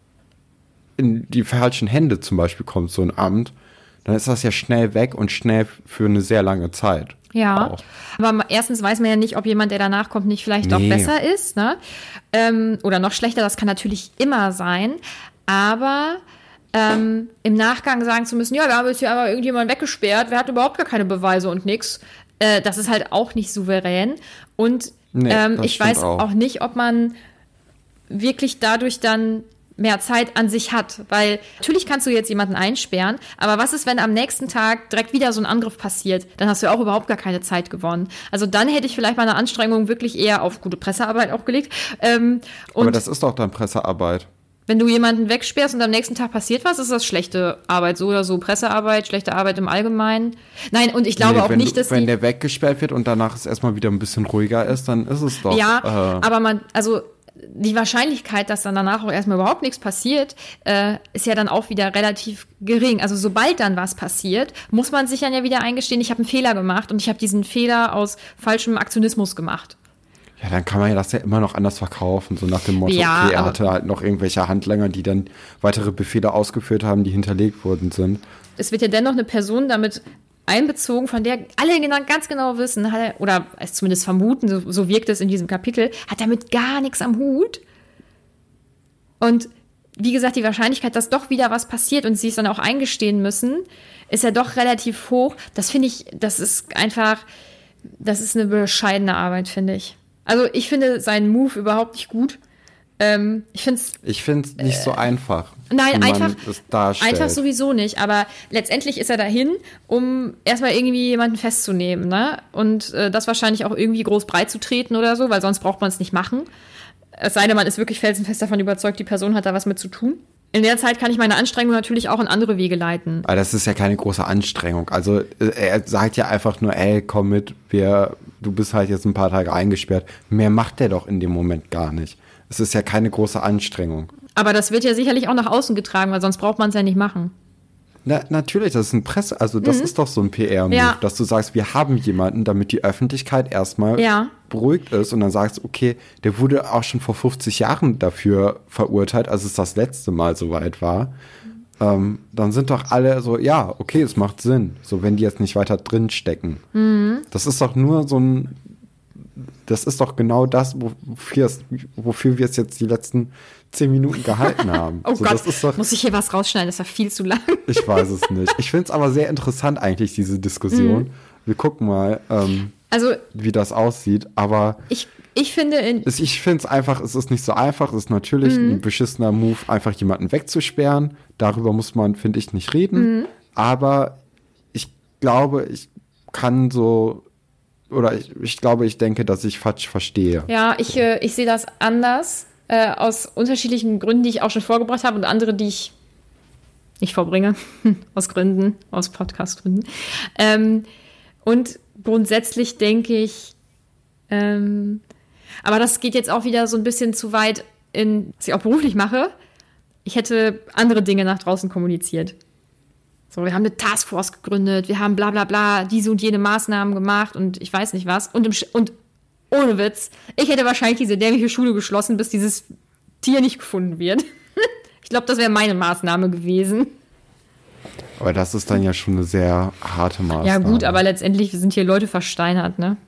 in die falschen Hände zum Beispiel kommt, so ein Amt, dann ist das ja schnell weg und schnell für eine sehr lange Zeit. Ja, auch. Aber erstens weiß man ja nicht, ob jemand, der danach kommt, nicht vielleicht nee. auch besser ist, ne? Ähm, oder noch schlechter, das kann natürlich immer sein, aber Ähm, im Nachgang sagen zu müssen, ja, wir haben jetzt hier einmal irgendjemanden weggesperrt, wer hat überhaupt gar keine Beweise und nix. Äh, das ist halt auch nicht souverän. Und nee, ähm, ich weiß auch. auch nicht, ob man wirklich dadurch dann mehr Zeit an sich hat. Weil natürlich kannst du jetzt jemanden einsperren, aber was ist, wenn am nächsten Tag direkt wieder so ein Angriff passiert? Dann hast du ja auch überhaupt gar keine Zeit gewonnen. Also dann hätte ich vielleicht meine Anstrengung wirklich eher auf gute Pressearbeit auch gelegt. Ähm, und aber das ist doch dann Pressearbeit. Wenn du jemanden wegsperrst und am nächsten Tag passiert was, ist das schlechte Arbeit. So oder so Pressearbeit, schlechte Arbeit im Allgemeinen. Nein, und ich glaube nee, auch wenn, nicht, dass Wenn die, der weggesperrt wird und danach es erstmal wieder ein bisschen ruhiger ist, dann ist es doch. Ja, äh, aber man, also die Wahrscheinlichkeit, dass dann danach auch erstmal überhaupt nichts passiert, äh, ist ja dann auch wieder relativ gering. Also sobald dann was passiert, muss man sich dann ja wieder eingestehen, ich habe einen Fehler gemacht und ich habe diesen Fehler aus falschem Aktionismus gemacht. Ja, dann kann man ja das ja immer noch anders verkaufen, so nach dem Motto, ja, okay, er hatte halt noch irgendwelche Handlanger, die dann weitere Befehle ausgeführt haben, die hinterlegt worden sind. Es wird ja dennoch eine Person damit einbezogen, von der alle genau, ganz genau wissen, hat er, oder es zumindest vermuten, so, so wirkt es in diesem Kapitel, hat damit gar nichts am Hut. Und wie gesagt, die Wahrscheinlichkeit, dass doch wieder was passiert und sie es dann auch eingestehen müssen, ist ja doch relativ hoch. Das finde ich, das ist einfach, das ist eine bescheidene Arbeit, finde ich. Also ich finde seinen Move überhaupt nicht gut. Ähm, ich finde es Ich finde es nicht äh, so einfach. Nein, einfach, darstellt. einfach sowieso nicht. Aber letztendlich ist er dahin, um erstmal irgendwie jemanden festzunehmen, ne? Und äh, das wahrscheinlich auch irgendwie groß breit zu treten oder so, weil sonst braucht man es nicht machen. Es sei denn, man ist wirklich felsenfest davon überzeugt, die Person hat da was mit zu tun. In der Zeit kann ich meine Anstrengung natürlich auch in andere Wege leiten. Aber das ist ja keine große Anstrengung. Also er sagt ja einfach nur, ey, komm mit, wir, du bist halt jetzt ein paar Tage eingesperrt. Mehr macht der doch in dem Moment gar nicht. Es ist ja keine große Anstrengung. Aber das wird ja sicherlich auch nach außen getragen, weil sonst braucht man es ja nicht machen. Na, natürlich, das ist ein Presse, also das mhm. ist doch so ein P R-Move, ja. Dass du sagst, wir haben jemanden, damit die Öffentlichkeit erstmal ja. beruhigt ist und dann sagst, okay, der wurde auch schon vor fünfzig Jahren dafür verurteilt, als es das letzte Mal soweit war. Ähm, dann sind doch alle so, ja, okay, es macht Sinn, so wenn die jetzt nicht weiter drin stecken. Mhm. Das ist doch nur so ein, das ist doch genau das, wofür, es, wofür wir es jetzt die letzten zehn Minuten gehalten haben. Oh so, Gott, das ist doch, muss ich hier was rausschneiden? Das war viel zu lang. Ich weiß es nicht. Ich finde es aber sehr interessant eigentlich, diese Diskussion. Mhm. Wir gucken mal, ähm, also, wie das aussieht. Aber ich, ich finde... In es, ich finde es einfach, es ist nicht so einfach. Es ist natürlich mhm. ein beschissener Move, einfach jemanden wegzusperren. Darüber muss man, finde ich, nicht reden. Mhm. Aber ich glaube, ich kann so... Oder ich, ich glaube, ich denke, dass ich Fatsch verstehe. Ja, ich, so. äh, ich sehe das anders. Äh, aus unterschiedlichen Gründen, die ich auch schon vorgebracht habe und andere, die ich nicht vorbringe. Aus Gründen, aus Podcast-Gründen. Ähm, und grundsätzlich denke ich, ähm, aber das geht jetzt auch wieder so ein bisschen zu weit in, was ich auch beruflich mache. Ich hätte andere Dinge nach draußen kommuniziert. So, wir haben eine Taskforce gegründet, wir haben bla bla bla, diese und jene Maßnahmen gemacht und ich weiß nicht was. Und, im, und ohne Witz, ich hätte wahrscheinlich diese dämliche Schule geschlossen, bis dieses Tier nicht gefunden wird. Ich glaube, das wäre meine Maßnahme gewesen. Aber das ist dann ja schon eine sehr harte Maßnahme. Ja gut, aber letztendlich sind hier Leute versteinert, ne?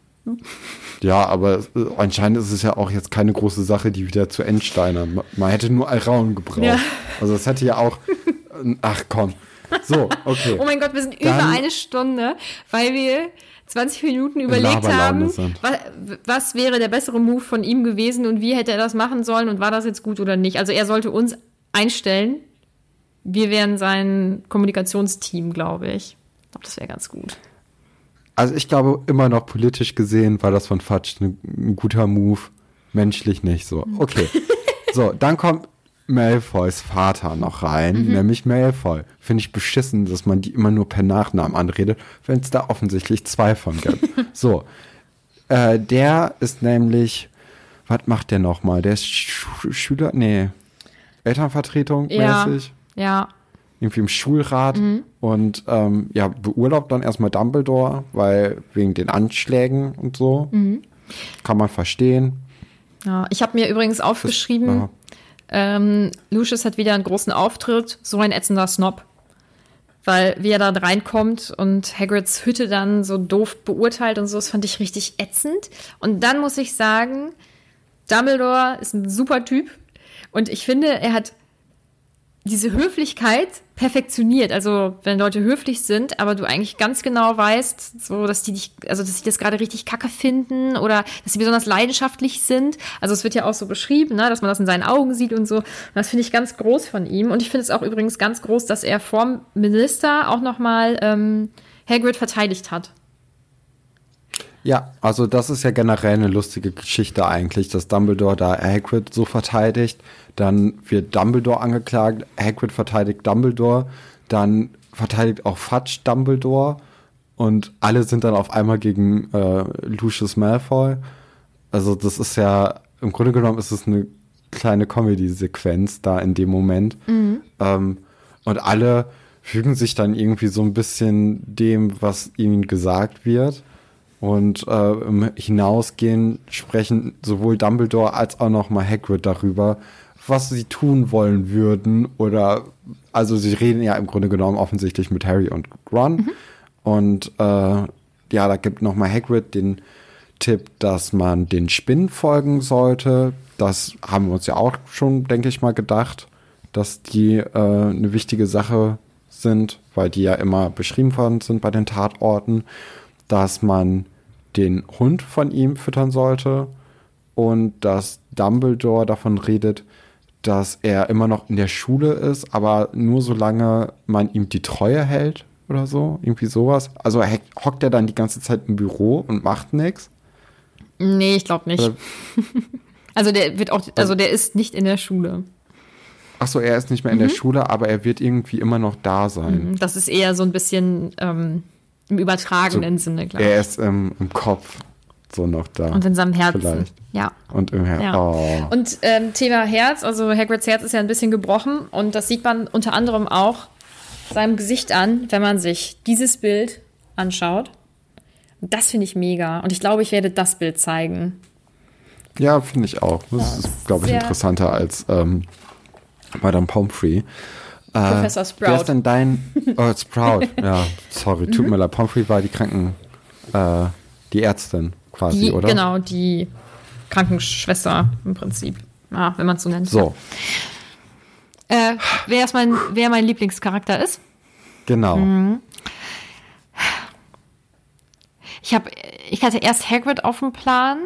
Ja, aber anscheinend ist es ja auch jetzt keine große Sache, die wieder zu entsteinern. Man hätte nur Alraun gebraucht. Ja. Also das hätte ja auch... Ach komm. So, okay. Oh mein Gott, wir sind dann über eine Stunde, weil wir zwanzig Minuten überlegt haben, was, was wäre der bessere Move von ihm gewesen und wie hätte er das machen sollen und war das jetzt gut oder nicht. Also er sollte uns einstellen. Wir wären sein Kommunikationsteam, glaube ich. Ich glaube, das wäre ganz gut. Also ich glaube, immer noch politisch gesehen war das von Fatsch ein, ein guter Move. Menschlich nicht so. Okay. So, dann kommt Malfoys Vater noch rein, mhm. nämlich Malfoy. Finde ich beschissen, dass man die immer nur per Nachnamen anredet, wenn es da offensichtlich zwei von gibt. So, äh, der ist nämlich, was macht der nochmal? Der ist Sch- Schüler, nee, Elternvertretung ja, mäßig. Ja. Irgendwie im Schulrat mhm. und ähm, ja, beurlaubt dann erstmal Dumbledore, weil wegen den Anschlägen und so. Mhm. Kann man verstehen. Ja, ich habe mir übrigens aufgeschrieben, das, Ähm, Lucius hat wieder einen großen Auftritt, so ein ätzender Snob. Weil wie er da reinkommt und Hagrids Hütte dann so doof beurteilt und so, das fand ich richtig ätzend. Und dann muss ich sagen, Dumbledore ist ein super Typ und ich finde, er hat diese Höflichkeit perfektioniert. Also wenn Leute höflich sind, aber du eigentlich ganz genau weißt, so dass die dich, also dass sie das gerade richtig kacke finden oder dass sie besonders leidenschaftlich sind. Also es wird ja auch so beschrieben, ne, dass man das in seinen Augen sieht und so. Und das finde ich ganz groß von ihm. Und ich finde es auch übrigens ganz groß, dass er vorm Minister auch nochmal ähm, Hagrid verteidigt hat. Ja, also das ist ja generell eine lustige Geschichte eigentlich, dass Dumbledore da Hagrid so verteidigt, dann wird Dumbledore angeklagt, Hagrid verteidigt Dumbledore, dann verteidigt auch Fudge Dumbledore und alle sind dann auf einmal gegen äh, Lucius Malfoy. Also das ist ja, im Grunde genommen ist es eine kleine Comedy-Sequenz da in dem Moment. Mhm. Ähm, und alle fügen sich dann irgendwie so ein bisschen dem, was ihnen gesagt wird. Und äh, im Hinausgehen sprechen sowohl Dumbledore als auch noch mal Hagrid darüber, was sie tun wollen würden. Oder, also sie reden ja im Grunde genommen offensichtlich mit Harry und Ron. Mhm. Und äh, ja, da gibt noch mal Hagrid den Tipp, dass man den Spinnen folgen sollte. Das haben wir uns ja auch schon, denke ich mal, gedacht, dass die äh, eine wichtige Sache sind, weil die ja immer beschrieben worden sind bei den Tatorten. Dass man den Hund von ihm füttern sollte und dass Dumbledore davon redet, dass er immer noch in der Schule ist, aber nur solange man ihm die Treue hält oder so, irgendwie sowas. Also hockt er dann die ganze Zeit im Büro und macht nichts? Nee, ich glaube nicht. Also der wird auch, also der ist nicht in der Schule. Ach so, er ist nicht mehr in mhm. der Schule, aber er wird irgendwie immer noch da sein. Das ist eher so ein bisschen ähm, im übertragenen so, Sinne, glaube ich. Er ist ähm, im Kopf so noch da. Und in seinem Herzen. Vielleicht. Ja. Und im Herzen. Ja. Oh. Und ähm, Thema Herz, also Hagrids Herz ist ja ein bisschen gebrochen und das sieht man unter anderem auch seinem Gesicht an, wenn man sich dieses Bild anschaut. Und das finde ich mega. Und ich glaube, ich werde das Bild zeigen. Ja, finde ich auch. Das ja, ist, glaube ich, interessanter als ähm, Madame Pomfrey. Professor Sprout. Wer ist denn dein... Oh, Sprout. Ja, sorry, tut mhm. mir leid. Pomfrey war die Kranken... Äh, die Ärztin quasi, die, oder? Genau, die Krankenschwester im Prinzip. Ja, wenn man es so nennt. So. Äh, wer, ist mein, wer mein Lieblingscharakter ist? Genau. Mhm. Ich, hab, ich hatte erst Hagrid auf dem Plan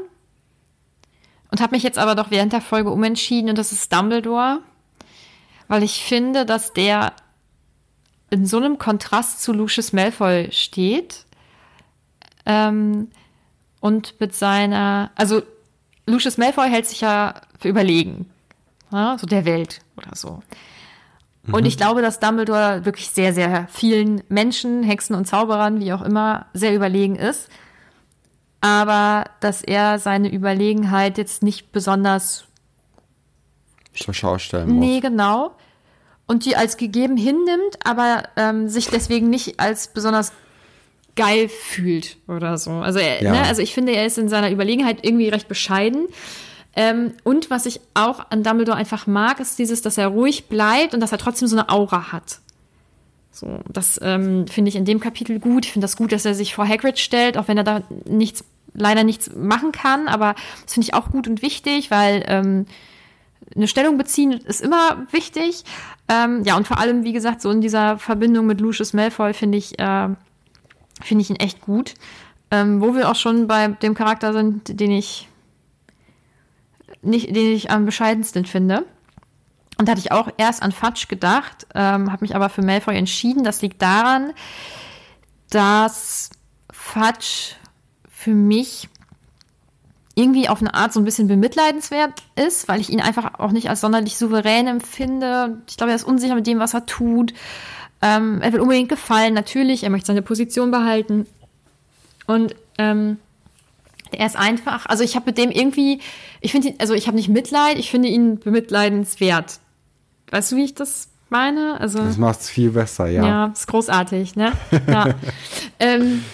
und habe mich jetzt aber doch während der Folge umentschieden und das ist Dumbledore. Weil ich finde, dass der in so einem Kontrast zu Lucius Malfoy steht. Ähm, und mit seiner, also Lucius Malfoy hält sich ja für überlegen. Ja, so der Welt oder so. Mhm. Und ich glaube, dass Dumbledore wirklich sehr, sehr vielen Menschen, Hexen und Zauberern, wie auch immer, sehr überlegen ist. Aber dass er seine Überlegenheit jetzt nicht besonders zur Schau stellen muss. Nee, genau. Und die als gegeben hinnimmt, aber ähm, sich deswegen nicht als besonders geil fühlt oder so. Also, er, ja. ne, also ich finde, er ist in seiner Überlegenheit irgendwie recht bescheiden. Ähm, und was ich auch an Dumbledore einfach mag, ist dieses, dass er ruhig bleibt und dass er trotzdem so eine Aura hat. So, das ähm, finde ich in dem Kapitel gut. Ich finde das gut, dass er sich vor Hagrid stellt, auch wenn er da nichts, leider nichts machen kann. Aber das finde ich auch gut und wichtig, weil ähm, eine Stellung beziehen ist immer wichtig. Ähm, ja, und vor allem, wie gesagt, so in dieser Verbindung mit Lucius Malfoy finde ich, äh, finde ich ihn echt gut. Ähm, wo wir auch schon bei dem Charakter sind, den ich nicht, den ich am bescheidensten finde. Und da hatte ich auch erst an Fudge gedacht, ähm, habe mich aber für Malfoy entschieden. Das liegt daran, dass Fudge für mich irgendwie auf eine Art so ein bisschen bemitleidenswert ist, weil ich ihn einfach auch nicht als sonderlich souverän empfinde. Ich glaube, er ist unsicher mit dem, was er tut. Ähm, er will unbedingt gefallen, natürlich. Er möchte seine Position behalten. Und ähm, er ist einfach, also ich habe mit dem irgendwie, ich finde ihn, also ich habe nicht Mitleid, ich finde ihn bemitleidenswert. Weißt du, wie ich das meine? Also, das macht's viel besser, ja. Ja, ist großartig, ne? Ja. ähm,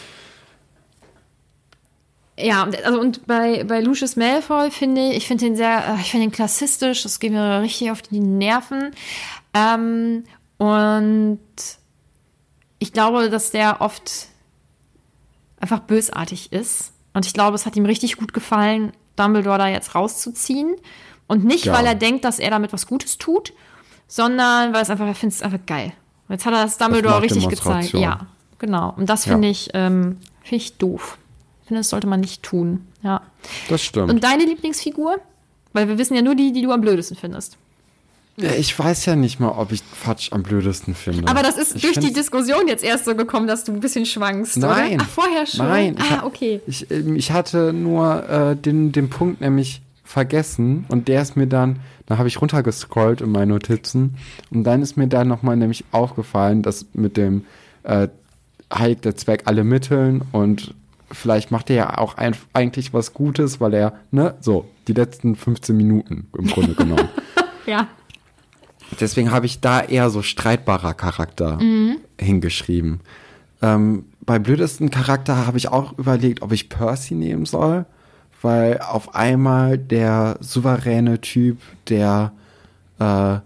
Ja, also und bei, bei Lucius Malfoy finde ich, ich finde ihn sehr, ich finde ihn klassistisch, das geht mir richtig auf die Nerven. Ähm, und ich glaube, dass der oft einfach bösartig ist. Und ich glaube, es hat ihm richtig gut gefallen, Dumbledore da jetzt rauszuziehen. Und nicht, ja. weil er denkt, dass er damit was Gutes tut, sondern weil es einfach, er findet es einfach geil. Jetzt hat er das Dumbledore Das richtig gezeigt. Machtdemonstration. Ja, genau. Und das Ja. finde ich, ähm, finde ich doof. Ich finde, das sollte man nicht tun. Ja. Das stimmt. Und deine Lieblingsfigur? Weil wir wissen ja nur die, die du am blödesten findest. Ja, ich weiß ja nicht mal, ob ich Fudge am blödesten finde. Aber das ist ich durch die find's- Diskussion jetzt erst so gekommen, dass du ein bisschen schwankst, Nein. oder? Ach, vorher schon? Nein. ich Ah, ha- okay. Ich, ähm, ich hatte nur äh, den, den Punkt nämlich vergessen und der ist mir dann, da habe ich runtergescrollt in meinen Notizen und dann ist mir dann nochmal nämlich aufgefallen, dass mit dem äh, heiligt der Zweck alle Mitteln und vielleicht macht er ja auch ein, eigentlich was Gutes, weil er, ne, so, die letzten fünfzehn Minuten im Grunde genommen. Ja. Deswegen habe ich da eher so streitbarer Charakter Mhm. hingeschrieben. Ähm, bei blödesten Charakter habe ich auch überlegt, ob ich Percy nehmen soll, weil auf einmal der souveräne Typ, der, äh,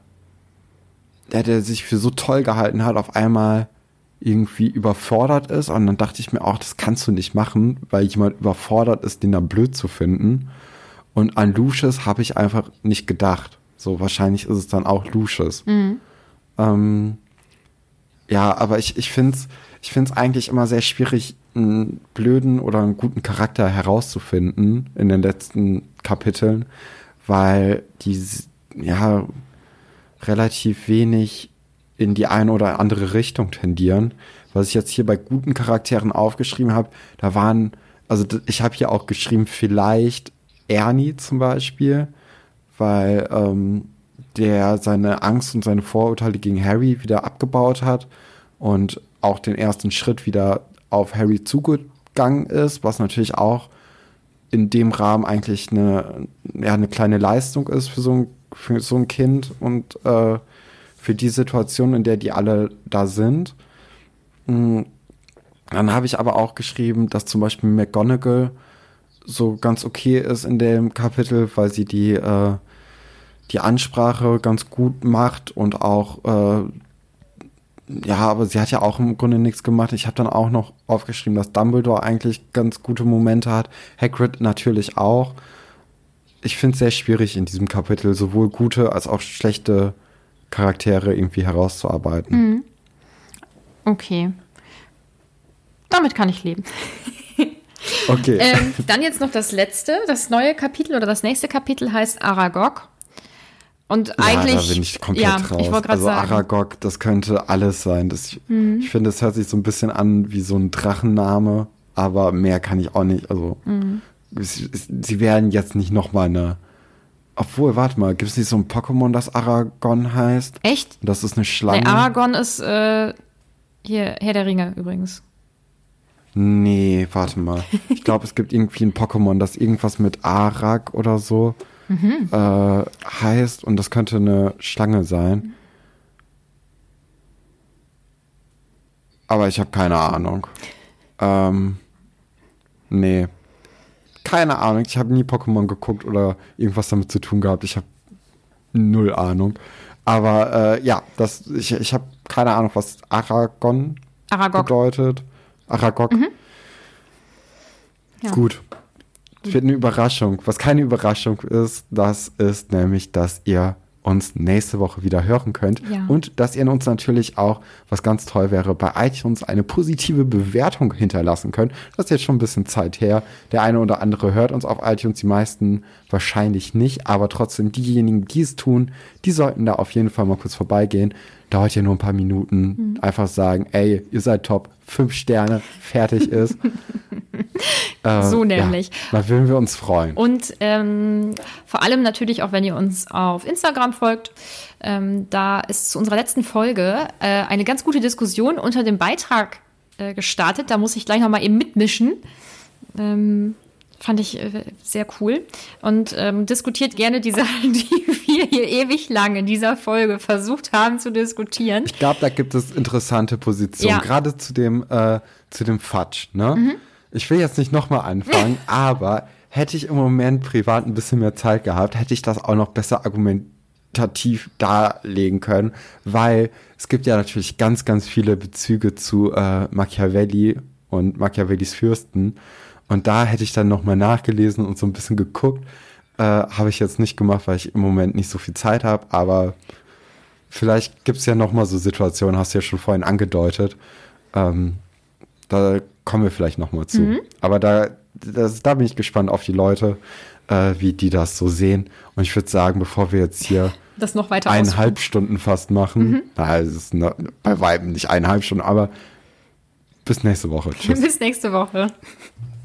der, der sich für so toll gehalten hat, auf einmal irgendwie überfordert ist. Und dann dachte ich mir auch, das kannst du nicht machen, weil jemand überfordert ist, den da blöd zu finden. Und an Lucius habe ich einfach nicht gedacht. So, wahrscheinlich ist es dann auch Lucius. Mhm. Ähm, ja, aber ich, ich finde es ich find's eigentlich immer sehr schwierig, einen blöden oder einen guten Charakter herauszufinden in den letzten Kapiteln, weil die s- ja relativ wenig in die eine oder andere Richtung tendieren. Was ich jetzt hier bei guten Charakteren aufgeschrieben habe, da waren, also d- ich habe hier auch geschrieben, vielleicht Ernie zum Beispiel, weil ähm, der seine Angst und seine Vorurteile gegen Harry wieder abgebaut hat und auch den ersten Schritt wieder auf Harry zugegangen ist, was natürlich auch in dem Rahmen eigentlich eine, ja, eine kleine Leistung ist für so ein, für so ein Kind und äh, für die Situation, in der die alle da sind. Mm, Dann habe ich aber auch geschrieben, dass zum Beispiel McGonagall so ganz okay ist in dem Kapitel, weil sie die, äh, die Ansprache ganz gut macht und auch, äh, ja, aber sie hat ja auch im Grunde nichts gemacht. Ich habe dann auch noch aufgeschrieben, dass Dumbledore eigentlich ganz gute Momente hat. Hagrid natürlich auch. Ich finde es sehr schwierig in diesem Kapitel, sowohl gute als auch schlechte Charaktere irgendwie herauszuarbeiten. Mhm. Okay. Damit kann ich leben. Okay. Ähm, dann jetzt noch das letzte, das neue Kapitel oder das nächste Kapitel heißt Aragog. Und eigentlich. Ja, da bin ich komplett ja, raus. Ich wollte gerade also sagen. Aragog, das könnte alles sein. Das, Mhm. Ich finde, es hört sich so ein bisschen an wie so ein Drachenname, aber mehr kann ich auch nicht. Also Mhm. es, es, sie werden jetzt nicht nochmal eine. Obwohl, warte mal, gibt es nicht so ein Pokémon, das Aragon heißt? Echt? Das ist eine Schlange. Nee, Aragorn ist äh, hier Herr der Ringe übrigens. Nee, warte mal. Ich glaube, es gibt irgendwie ein Pokémon, das irgendwas mit Arak oder so Mhm. äh, heißt und das könnte eine Schlange sein. Aber ich habe keine Ahnung. Ähm, nee. Keine Ahnung. Ich habe nie Pokémon geguckt oder irgendwas damit zu tun gehabt. Ich habe null Ahnung. Aber äh, ja, das, ich, ich habe keine Ahnung, was Aragon Aragog. bedeutet. Aragog. Mhm. Ja. Gut. Es wird eine Überraschung. Was keine Überraschung ist, das ist nämlich, dass ihr uns nächste Woche wieder hören könnt. Ja. Und dass ihr uns natürlich auch, was ganz toll wäre, bei iTunes eine positive Bewertung hinterlassen könnt. Das ist jetzt schon ein bisschen Zeit her. Der eine oder andere hört uns auf iTunes, die meisten wahrscheinlich nicht. Aber trotzdem, diejenigen, die es tun, die sollten da auf jeden Fall mal kurz vorbeigehen. Dauert ja nur ein paar Minuten. Mhm. Einfach sagen, ey, ihr seid top. Fünf Sterne, fertig ist. äh, So nämlich. Ja, da würden wir uns freuen. Und ähm, vor allem natürlich auch, wenn ihr uns auf Instagram folgt. Ähm, da ist zu unserer letzten Folge äh, eine ganz gute Diskussion unter dem Beitrag äh, gestartet. Da muss ich gleich nochmal eben mitmischen. Ähm, fand ich äh, sehr cool. Und ähm, diskutiert gerne die Sachen, die wir hier ewig lang in dieser Folge versucht haben zu diskutieren. Ich glaube, da gibt es interessante Positionen, Ja. gerade zu dem, äh, zu dem Fudge. Ne? Mhm. Ich will jetzt nicht nochmal anfangen, aber hätte ich im Moment privat ein bisschen mehr Zeit gehabt, hätte ich das auch noch besser argumentativ darlegen können, weil es gibt ja natürlich ganz, ganz viele Bezüge zu äh, Machiavelli und Machiavellis Fürsten. Und da hätte ich dann nochmal nachgelesen und so ein bisschen geguckt. Äh, habe ich jetzt nicht gemacht, weil ich im Moment nicht so viel Zeit habe, aber vielleicht gibt es ja noch mal so Situationen, hast du ja schon vorhin angedeutet. Ähm, da kommen wir vielleicht noch mal zu. Mhm. Aber da, das, da bin ich gespannt auf die Leute, äh, wie die das so sehen. Und ich würde sagen, bevor wir jetzt hier das noch weiter eineinhalb Stunden fast machen, mhm. na, es ist ne, bei Weitem nicht eineinhalb Stunden, aber bis nächste Woche. Tschüss. Bis nächste Woche.